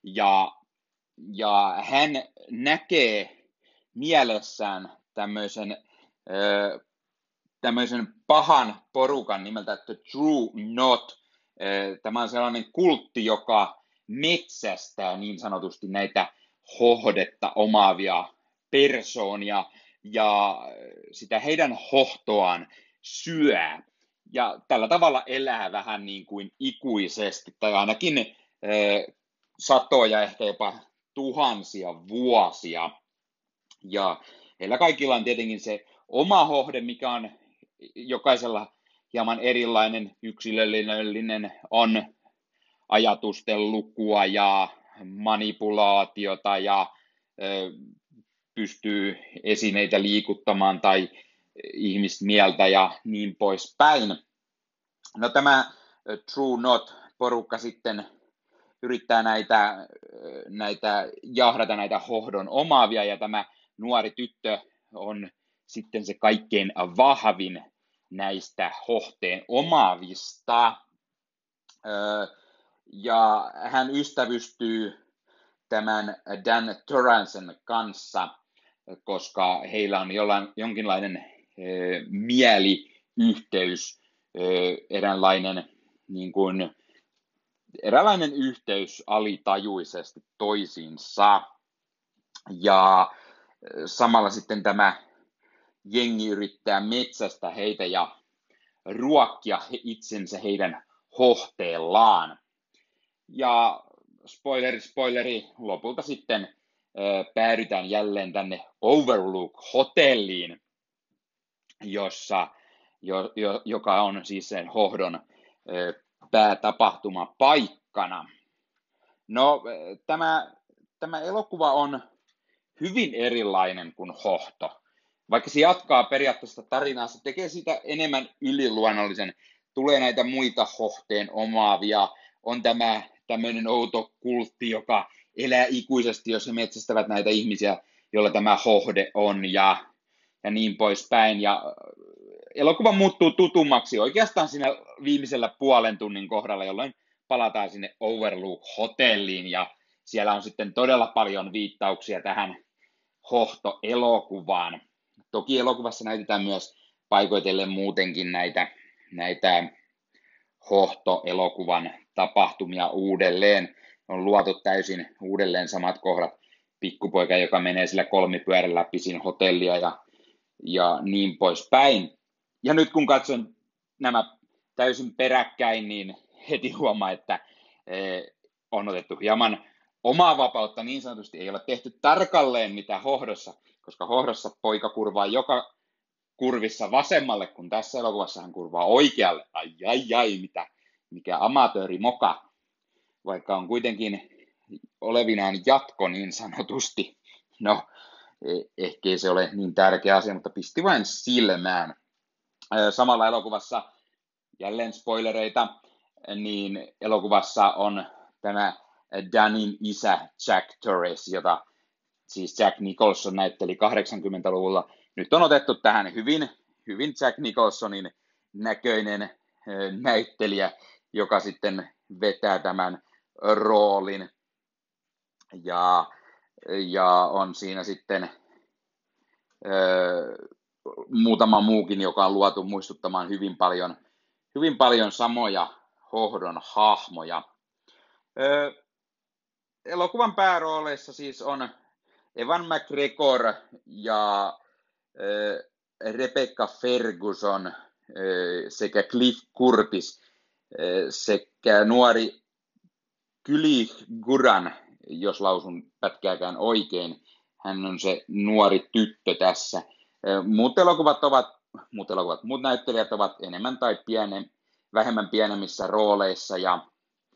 ja hän näkee mielessään tämmöisen pahan porukan nimeltä The True Knot. Tämä on sellainen kultti, joka metsästää niin sanotusti näitä hohdetta omaavia persoonia ja sitä heidän hohtoaan syö. Ja tällä tavalla elää vähän niin kuin ikuisesti, tai ainakin satoja, ehkä jopa tuhansia vuosia. Ja heillä kaikilla on tietenkin se oma hohde, mikä on jokaisella hieman erilainen, yksilöllinen, on ajatusten lukua ja manipulaatiota ja pystyy esineitä liikuttamaan tai ihmismieltä ja niin poispäin. No tämä True Knot-porukka sitten yrittää jahdata näitä hohdon omaavia, ja tämä nuori tyttö on sitten se kaikkein vahvin näistä hohteen omaavista. Ja hän ystävystyy tämän Dan Torrancen kanssa, koska heillä on jonkinlainen mieliyhteys, eräänlainen yhteys alitajuisesti toisiinsa. Ja samalla sitten tämä jengi yrittää metsästä heitä ja ruokkia itsensä heidän hohteellaan. Ja spoileri, lopulta sitten päädytään jälleen tänne Overlook-hotelliin, joka on siis sen hohdon päätapahtuma paikkana. No, tämä elokuva on hyvin erilainen kuin hohto. Vaikka se jatkaa periaatteessa tarinaa, se tekee siitä enemmän yliluonnollisen. Tulee näitä muita hohteen omaavia. On tämä tämmöinen outo kultti, joka elää ikuisesti, jos he metsästävät näitä ihmisiä, joilla tämä hohde on ja niin poispäin. Ja elokuva muuttuu tutummaksi oikeastaan siinä viimeisellä puolen tunnin kohdalla, jolloin palataan sinne Overlook-hotelliin, ja siellä on sitten todella paljon viittauksia tähän hohtoelokuvaan. Toki elokuvassa näytetään myös paikoitellen muutenkin näitä hohtoelokuvan tapahtumia uudelleen. On luotu täysin uudelleen samat kohdat. Pikkupoika, joka menee sillä kolmipyörällä läpi siinä hotellia ja niin poispäin. Ja nyt kun katson nämä täysin peräkkäin, niin heti huomaa, että on otettu hieman omaa vapautta niin sanotusti. Ei ole tehty tarkalleen mitä hohdossa, koska hohdossa poika kurvaa joka kurvissa vasemmalle, kun tässä elokuvassa hän kurvaa oikealle. Ai, mikä amatöörimoka. vaikka on kuitenkin olevinaan jatko niin sanotusti. No, ehkä se ole niin tärkeä asia, mutta pisti vain silmään. Samalla elokuvassa, jälleen spoilereita, niin elokuvassa on tämä Danin isä Jack Torrance, jota siis Jack Nicholson näytteli 80-luvulla. Nyt on otettu tähän hyvin Jack Nicholsonin näköinen näyttelijä, joka sitten vetää tämän roolin. Ja on siinä sitten muutama muukin, joka on luotu muistuttamaan hyvin paljon samoja Hohdon hahmoja. Elokuvan päärooleissa siis on Ewan McGregor ja Rebecca Ferguson sekä Cliff Curtis sekä nuori Kylie Guran, jos lausun pätkääkään oikein. Hän on se nuori tyttö tässä. Muut näyttelijät ovat enemmän tai vähemmän pienemmissä rooleissa. Ja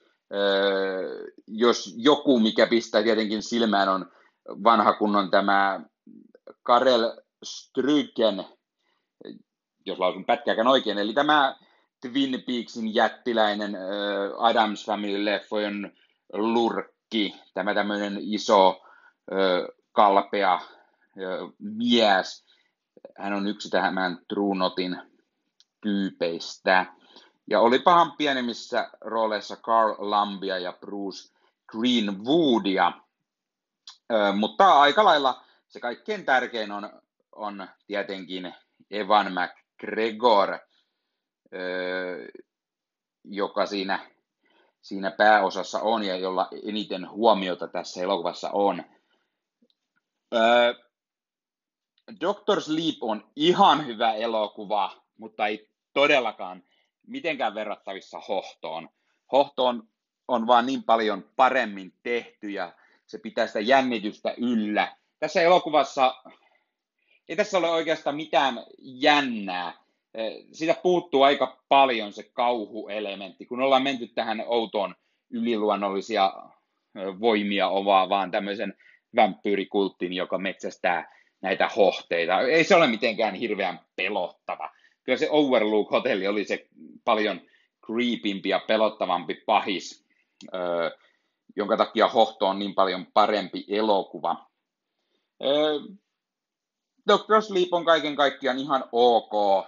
jos joku, mikä pistää tietenkin silmään, on vanha kunnon tämä Karel Stryken, jos lausun pätkääkään oikein, eli tämä Twin Peaksin jättiläinen Addams Family-leffojen lurkki, tämä tämmöinen iso kalpea mies. Hän on yksi tämän True Notin tyypeistä. Ja olipahan pienemmissä rooleissa Carl Lambia ja Bruce Greenwoodia. Mutta aika lailla se kaikkein tärkein on tietenkin Ewan McGregor, joka siinä pääosassa on ja jolla eniten huomiota tässä elokuvassa on. Doctor Sleep on ihan hyvä elokuva, mutta ei todellakaan mitenkään verrattavissa Hohtoon. Hohto on vaan niin paljon paremmin tehty ja se pitää sitä jännitystä yllä. Tässä elokuvassa ei tässä ole oikeastaan mitään jännää. Siitä puuttuu aika paljon se kauhuelementti, kun ollaan menty tähän outoon yliluonnollisia voimia omaavaan tämmöisen vampyyrikulttiin, joka metsästää näitä hohteita. Ei se ole mitenkään hirveän pelottava. Kyllä se Overlook-hotelli oli se paljon creepimpi ja pelottavampi pahis, jonka takia Hohto on niin paljon parempi elokuva. Doctor Sleep on kaiken kaikkiaan ihan ok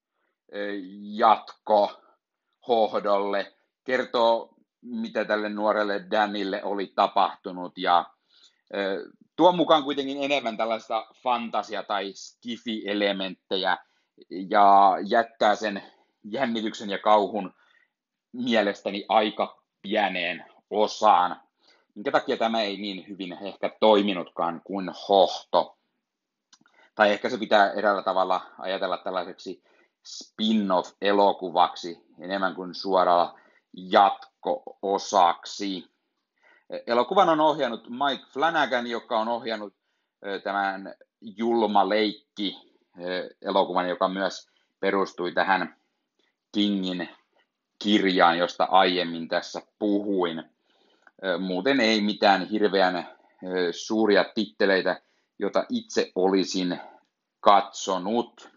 jatko Hohdolle. Kertoo, mitä tälle nuorelle Danille oli tapahtunut ja tuo mukaan kuitenkin enemmän tällaista fantasia- tai skifi-elementtejä ja jättää sen jännityksen ja kauhun mielestäni aika pieneen osaan. Minkä takia tämä ei niin hyvin ehkä toiminutkaan kuin Hohto. Tai ehkä se pitää eräällä tavalla ajatella tällaiseksi spin-off-elokuvaksi enemmän kuin suoralla jatko-osaksi. Elokuvan on ohjannut Mike Flanagan, joka on ohjannut tämän Julma leikki elokuvan, joka myös perustui tähän Kingin kirjaan, josta aiemmin tässä puhuin. Muuten ei mitään hirveän suuria titteleitä, jota itse olisin katsonut.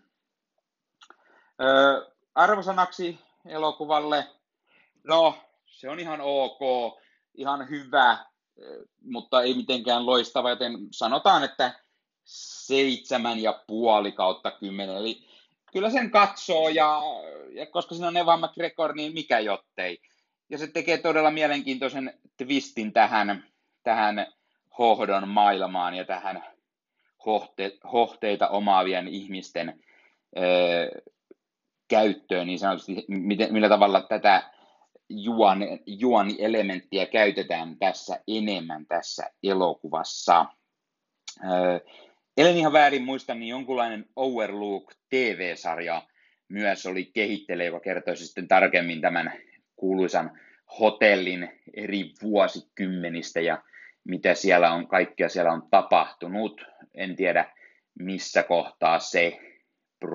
Arvosanaksi elokuvalle, no se on ihan ok, ihan hyvä, mutta ei mitenkään loistava, joten sanotaan, että 7,5/10. Eli kyllä sen katsoo, ja koska siinä on Ewan McGregor, niin mikä jottei. Ja se tekee todella mielenkiintoisen twistin tähän Hohdon maailmaan ja tähän hohteita omaavien ihmisten käyttöön, niin sanotusti, millä tavalla tätä juoni-elementtiä käytetään tässä enemmän tässä elokuvassa. Ellen ihan väärin muistan, niin jonkunlainen Overlook TV-sarja myös oli kehitteillä, joka kertoisi sitten tarkemmin tämän kuuluisan hotellin eri vuosikymmenistä ja mitä kaikkea siellä on tapahtunut. En tiedä, missä kohtaa se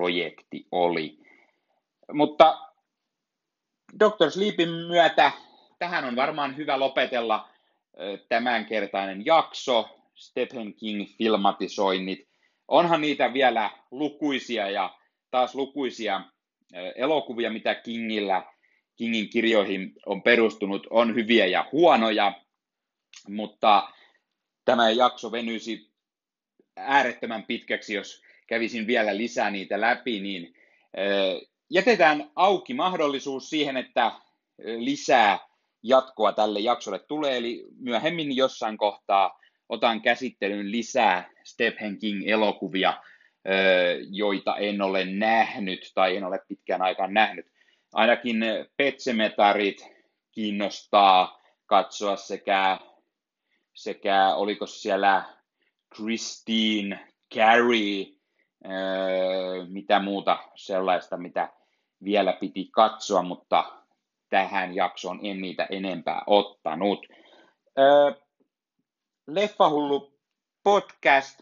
projekti oli. Mutta Doctor Sleepin myötä tähän on varmaan hyvä lopetella tämänkertainen jakso, Stephen King-filmatisoinnit. Onhan niitä vielä lukuisia ja taas lukuisia elokuvia, mitä Kingin kirjoihin on perustunut, on hyviä ja huonoja, mutta tämä jakso venyisi äärettömän pitkäksi, jos kävisin vielä lisää niitä läpi, niin jätetään auki mahdollisuus siihen, että lisää jatkoa tälle jaksolle tulee, eli myöhemmin jossain kohtaa otan käsittelyyn lisää Stephen King-elokuvia, joita en ole nähnyt tai en ole pitkään aikaan nähnyt. Ainakin Pet Semetarit kiinnostaa katsoa sekä oliko siellä Christine, Carrie, mitä muuta sellaista, mitä vielä piti katsoa, mutta tähän jaksoon en niitä enempää ottanut. Leffahullu podcast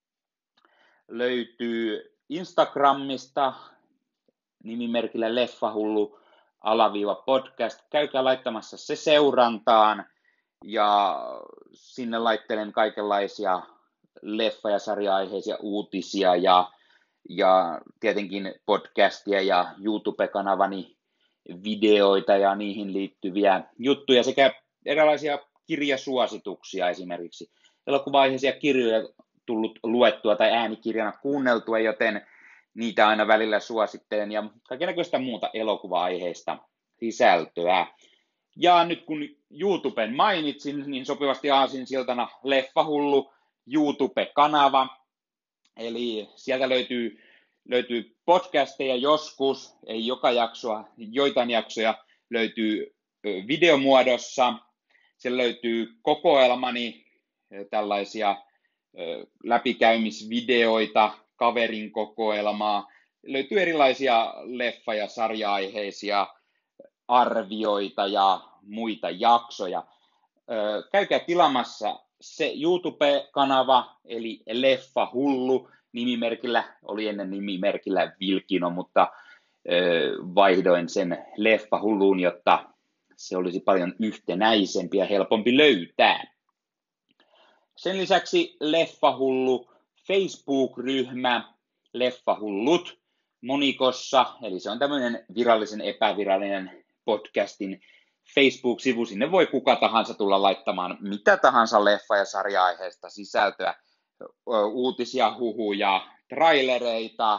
löytyy Instagramista nimimerkillä Leffahullu_podcast. Käykää laittamassa se seurantaan ja sinne laittelen kaikenlaisia leffa- ja sarja-aiheisia uutisia ja tietenkin podcastia ja YouTube-kanavani videoita ja niihin liittyviä juttuja sekä erilaisia kirjasuosituksia esimerkiksi. Elokuva-aiheisia kirjoja tullut luettua tai äänikirjana kuunneltua, joten niitä aina välillä suosittelen ja kaikenlaista muuta elokuva-aiheista sisältöä. Ja nyt kun YouTuben mainitsin, niin sopivasti aasinsiltana Leffahullu YouTube-kanava. Eli sieltä löytyy podcasteja joskus, ei joka jaksoa, joitain jaksoja löytyy videomuodossa. Siellä löytyy kokoelmani tällaisia läpikäymisvideoita, kaverin kokoelmaa. Löytyy erilaisia leffa- ja sarja-aiheisia arvioita ja muita jaksoja. Käykää tilaamassa se YouTube-kanava, eli Leffahullu nimimerkillä, oli ennen nimimerkillä Vilkino, mutta vaihdoin sen Leffahulluun, jotta se olisi paljon yhtenäisempi ja helpompi löytää. Sen lisäksi Leffahullu Facebook-ryhmä, Leffahullut monikossa, eli se on tämmöinen virallisen epävirallinen podcastin Facebook-sivu. Sinne voi kuka tahansa tulla laittamaan mitä tahansa leffa- ja sarja-aiheesta sisältöä, uutisia, huhuja, trailereita,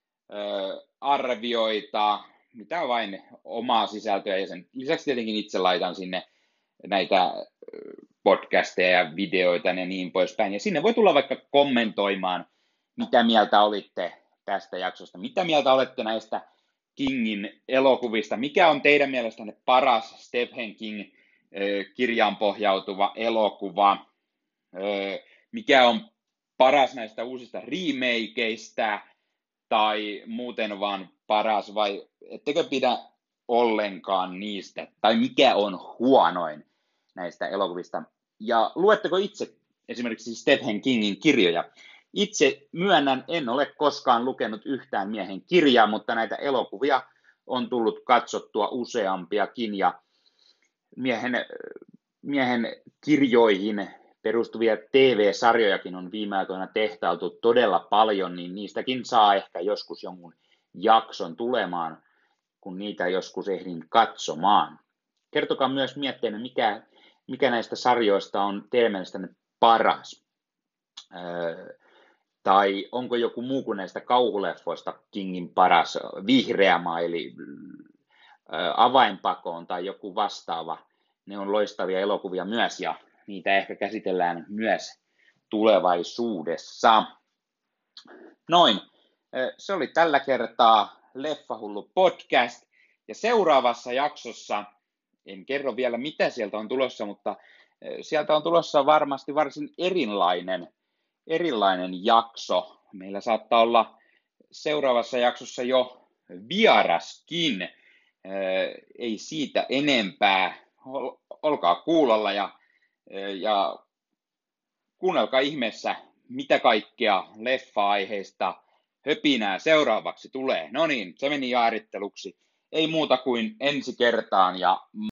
arvioita, mitä vain omaa sisältöä. Ja sen lisäksi tietenkin itse laitan sinne näitä podcasteja ja videoita ja niin poispäin. Ja sinne voi tulla vaikka kommentoimaan, mitä mieltä olitte tästä jaksosta, mitä mieltä olette näistä Kingin elokuvista, mikä on teidän mielestänne paras Stephen King kirjaan pohjautuva elokuva, mikä on paras näistä uusista remakeista tai muuten vaan paras vai ettekö pidä ollenkaan niistä, tai mikä on huonoin näistä elokuvista. Ja luetteko itse esimerkiksi Stephen Kingin kirjoja? Itse myönnän, en ole koskaan lukenut yhtään miehen kirjaa, mutta näitä elokuvia on tullut katsottua useampiakin, ja miehen kirjoihin perustuvia TV-sarjojakin on viime aikoina tehtailtu todella paljon, niin niistäkin saa ehkä joskus jonkun jakson tulemaan, kun niitä joskus ehdin katsomaan. Kertokaa myös mietteenne, mikä näistä sarjoista on teidän mielestänne paras. Tai onko joku muu kuin näistä kauhuleffoista Kingin paras, Vihreä maili, Avainpakoon tai joku vastaava. Ne on loistavia elokuvia myös ja niitä ehkä käsitellään myös tulevaisuudessa. Noin, se oli tällä kertaa Leffahullu podcast ja seuraavassa jaksossa, en kerro vielä mitä sieltä on tulossa, mutta sieltä on tulossa varmasti varsin erilainen jakso. Meillä saattaa olla seuraavassa jaksossa jo vieraskin. Ei siitä enempää. Olkaa kuulolla ja kuunnelkaa ihmeessä, mitä kaikkea leffa-aiheista höpinää seuraavaksi tulee. No niin, se meni jaaritteluksi. Ei muuta kuin ensi kertaan ja